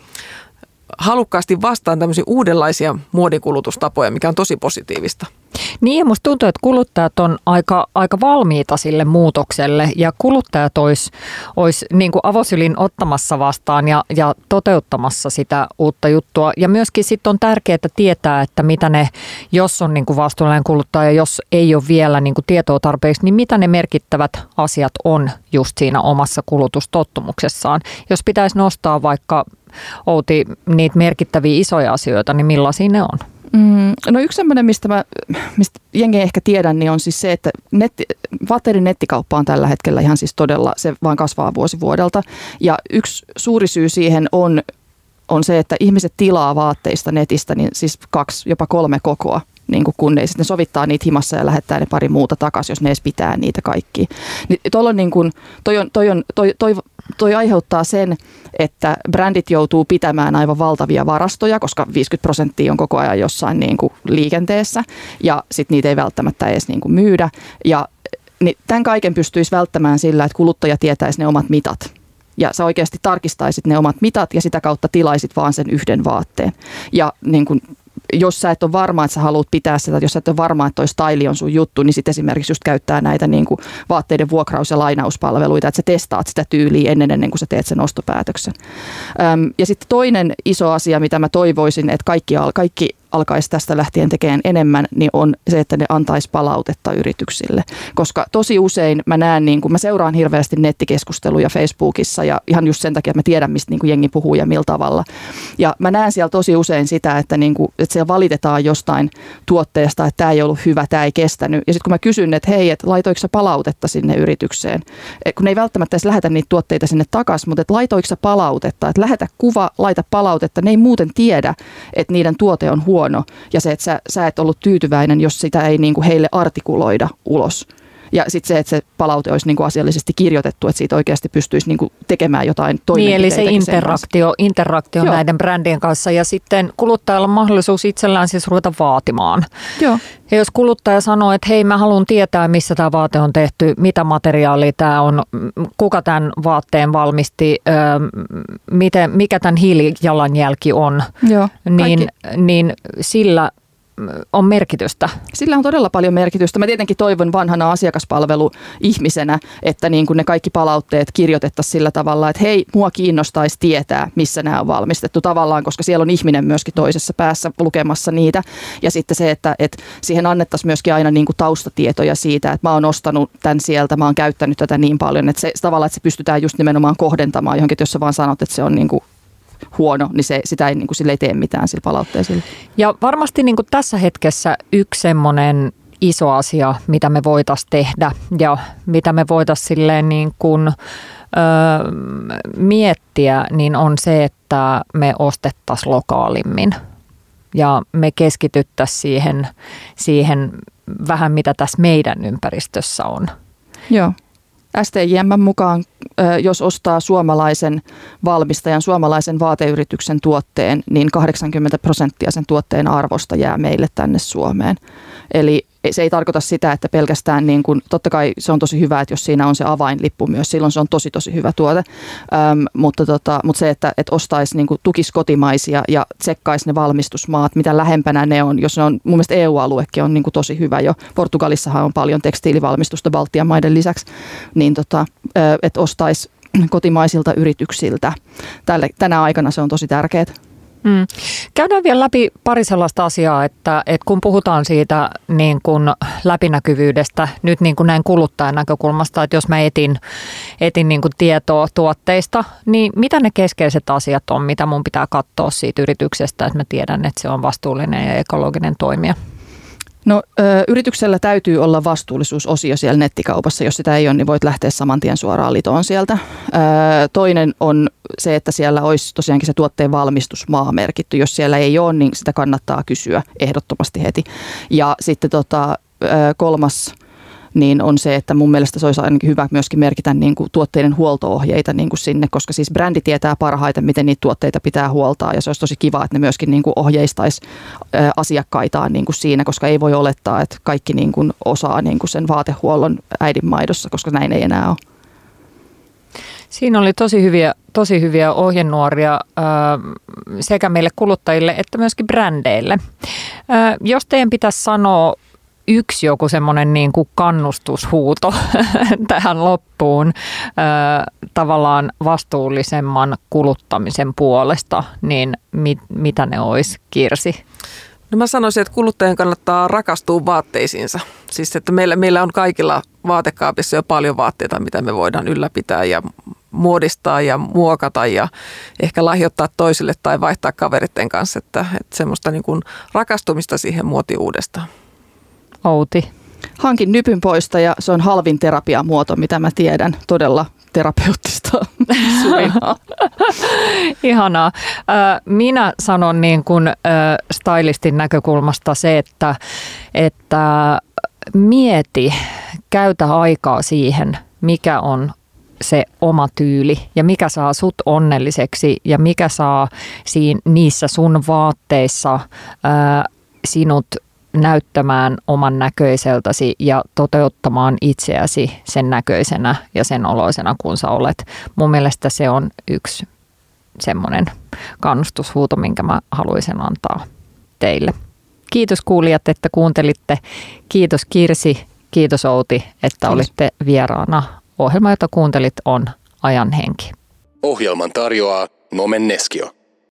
halukkaasti vastaan tämmöisiä uudenlaisia muodinkulutustapoja, mikä on tosi positiivista. Niin, ja musta tuntuu, että kuluttajat on aika valmiita sille muutokselle ja kuluttajat olisi niin kuin avosylin ottamassa vastaan ja toteuttamassa sitä uutta juttua. Ja myöskin sitten on tärkeää tietää, että mitä ne, jos on niin kuin vastuullinen kuluttaja, jos ei ole vielä niin kuin tietoa tarpeeksi, niin mitä ne merkittävät asiat on just siinä omassa kulutustottumuksessaan. Jos pitäisi nostaa vaikka, Outi, niitä merkittäviä isoja asioita, niin millaisia ne on? No yksi semmoinen, mistä jengi ehkä tiedän, niin on siis se, että vaatteiden nettikauppa on tällä hetkellä ihan siis todella, se vaan kasvaa vuosi vuodelta. Ja yksi suuri syy siihen on se, että ihmiset tilaa vaatteista netistä niin siis 2, jopa 3 kokoa niin kun ne sovittaa niitä himassa ja lähettää ne pari muuta takaisin, jos ne edes pitää niitä kaikkia. Niin toi aiheuttaa sen, että brändit joutuu pitämään aivan valtavia varastoja, koska 50% on koko ajan jossain niin kuin liikenteessä ja sitten niitä ei välttämättä edes niin kuin myydä. Ja niin tämän kaiken pystyisi välttämään sillä, että kuluttaja tietäisi ne omat mitat. Ja sä oikeasti tarkistaisit ne omat mitat ja sitä kautta tilaisit vaan sen yhden vaatteen. Ja niin kun, jos sä et ole varma, että sä haluat pitää sitä, jos sä et ole varma, että toi style on sun juttu, niin sitten esimerkiksi just käyttää näitä niin kuin vaatteiden vuokraus- ja lainauspalveluita, että sä testaat sitä tyyliä ennen kuin sä teet sen ostopäätöksen. Ja sitten toinen iso asia, mitä mä toivoisin, että kaikki alkaisi tästä lähtien tekemään enemmän, niin on se, että ne antaisi palautetta yrityksille. Koska tosi usein mä näen, niin kun mä seuraan hirveästi nettikeskusteluja Facebookissa ja ihan just sen takia, että mä tiedän, mistä niin kun jengi puhuu ja millä tavalla. Ja mä näen siellä tosi usein sitä, että, niin kun, että siellä valitetaan jostain tuotteesta, että tämä ei ollut hyvä, tämä ei kestänyt. Ja sitten kun mä kysyn, että hei, että laitoiko sä palautetta sinne yritykseen, kun ne ei välttämättä edes lähetä niitä tuotteita sinne takaisin, mutta että laitoiko sä palautetta, että lähetä kuva, laita palautetta, ne ei muuten tiedä, että niiden tuote on huono. Ja se, että sä et ollut tyytyväinen, jos sitä ei niin kuin heille artikuloida ulos. Ja sitten se, että se palaute olisi niin kuin asiallisesti kirjoitettu, että siitä oikeasti pystyisi niin kuin tekemään jotain toimenpiteitä. Niin, eli se interaktio näiden brändien kanssa ja sitten kuluttajalla on mahdollisuus itsellään siis ruveta vaatimaan. Joo. Ja jos kuluttaja sanoo, että hei, mä haluan tietää, missä tämä vaate on tehty, mitä materiaalia tämä on, kuka tämän vaatteen valmisti, mikä tämän hiilijalanjälki on, Joo, niin sillä on merkitystä. Sillä on todella paljon merkitystä. Mä tietenkin toivon vanhana asiakaspalveluihmisenä, että niin kuin ne kaikki palautteet kirjoitettaisiin sillä tavalla, että hei, mua kiinnostaisi tietää, missä nämä on valmistettu tavallaan, koska siellä on ihminen myöskin toisessa päässä lukemassa niitä. Ja sitten se, että siihen annettaisiin myöskin aina niin kuin taustatietoja siitä, että mä oon ostanut tämän sieltä, mä oon käyttänyt tätä niin paljon, että se tavallaan, että se pystytään just nimenomaan kohdentamaan johonkin, että jos sä vaan sanot, että se on niin kuin huono, niin sitä ei, niin kuin, sille ei tee mitään sillä palautteella. Ja varmasti niin kuin tässä hetkessä yksi semmoinen iso asia, mitä me voitaisiin tehdä ja mitä me voitaisiin silleen niin kuin, miettiä, niin on se, että me ostettaisiin lokaalimmin ja me keskityttäisiin siihen vähän, mitä tässä meidän ympäristössä on. Joo. STJM:n mukaan, jos ostaa suomalaisen valmistajan, suomalaisen vaateyrityksen tuotteen, niin 80% sen tuotteen arvosta jää meille tänne Suomeen. Eli se ei tarkoita sitä, että pelkästään, niin kuin, totta kai se on tosi hyvä, että jos siinä on se avainlippu myös, silloin se on tosi hyvä tuote. Mutta se, että ostaisi, niin kuin, tukisi kotimaisia ja tsekkaisi ne valmistusmaat, mitä lähempänä ne on. Jos ne on, mun mielestä EU-aluekin on niin kuin, tosi hyvä jo. Portugalissahan on paljon tekstiilivalmistusta Baltian maiden lisäksi, niin että ostaisi kotimaisilta yrityksiltä. Tänä aikana se on tosi tärkeää. Käydään vielä läpi pari sellaista asiaa, että kun puhutaan siitä niin kuin läpinäkyvyydestä nyt niin kuin näin kuluttajan näkökulmasta, että jos mä etin niin kuin tietoa tuotteista, niin mitä ne keskeiset asiat on, mitä mun pitää katsoa siitä yrityksestä, että mä tiedän, että se on vastuullinen ja ekologinen toimija? No yrityksellä täytyy olla vastuullisuusosio siellä nettikaupassa. Jos sitä ei ole, niin voit lähteä saman tien suoraan litoon sieltä. Toinen on se, että siellä olisi tosiaankin se tuotteen valmistusmaa merkitty. Jos siellä ei ole, niin sitä kannattaa kysyä ehdottomasti heti. Ja sitten kolmas niin on se, että mun mielestä se olisi ainakin hyvä myöskin merkitä niin kuin tuotteiden huolto-ohjeita niin kuin sinne, koska siis brändi tietää parhaiten, miten niitä tuotteita pitää huoltaa, ja se olisi tosi kiva, että ne myöskin niin kuin ohjeistaisi asiakkaitaan niin kuin siinä, koska ei voi olettaa, että kaikki niin kuin osaa niin kuin sen vaatehuollon äidinmaidossa, koska näin ei enää ole. Siinä oli tosi hyviä ohjenuoria sekä meille kuluttajille että myöskin brändeille. Jos teidän pitäisi sanoa yksi joku semmoinen niin kuin kannustushuuto tähän loppuun tavallaan vastuullisemman kuluttamisen puolesta, niin mitä ne olisi, Kirsi? No mä sanoisin, että kuluttajan kannattaa rakastua vaatteisiinsa. Siis että meillä on kaikilla vaatekaapissa jo paljon vaatteita, mitä me voidaan ylläpitää ja muodistaa ja muokata ja ehkä lahjoittaa toisille tai vaihtaa kaveritten kanssa. Että semmoista niin kuin rakastumista siihen muotiin uudestaan. Outi. Hankin nypyn poista ja se on halvin terapiamuoto, mitä mä tiedän. Todella terapeuttista surinaa. Ihanaa. Minä sanon niin kuin stylistin näkökulmasta se, että mieti, käytä aikaa siihen, mikä on se oma tyyli ja mikä saa sut onnelliseksi ja mikä saa niissä sun vaatteissa sinut näyttämään oman näköiseltäsi ja toteuttamaan itseäsi sen näköisenä ja sen oloisena, kun sä olet. Mun mielestä se on yksi semmoinen kannustushuuto, minkä mä haluaisin antaa teille. Kiitos kuulijat, että kuuntelitte. Kiitos Kirsi, kiitos Outi, että olitte vieraana. Ohjelma, jota kuuntelit, on Ajan henki. Ohjelman tarjoaa Nomen Neskio.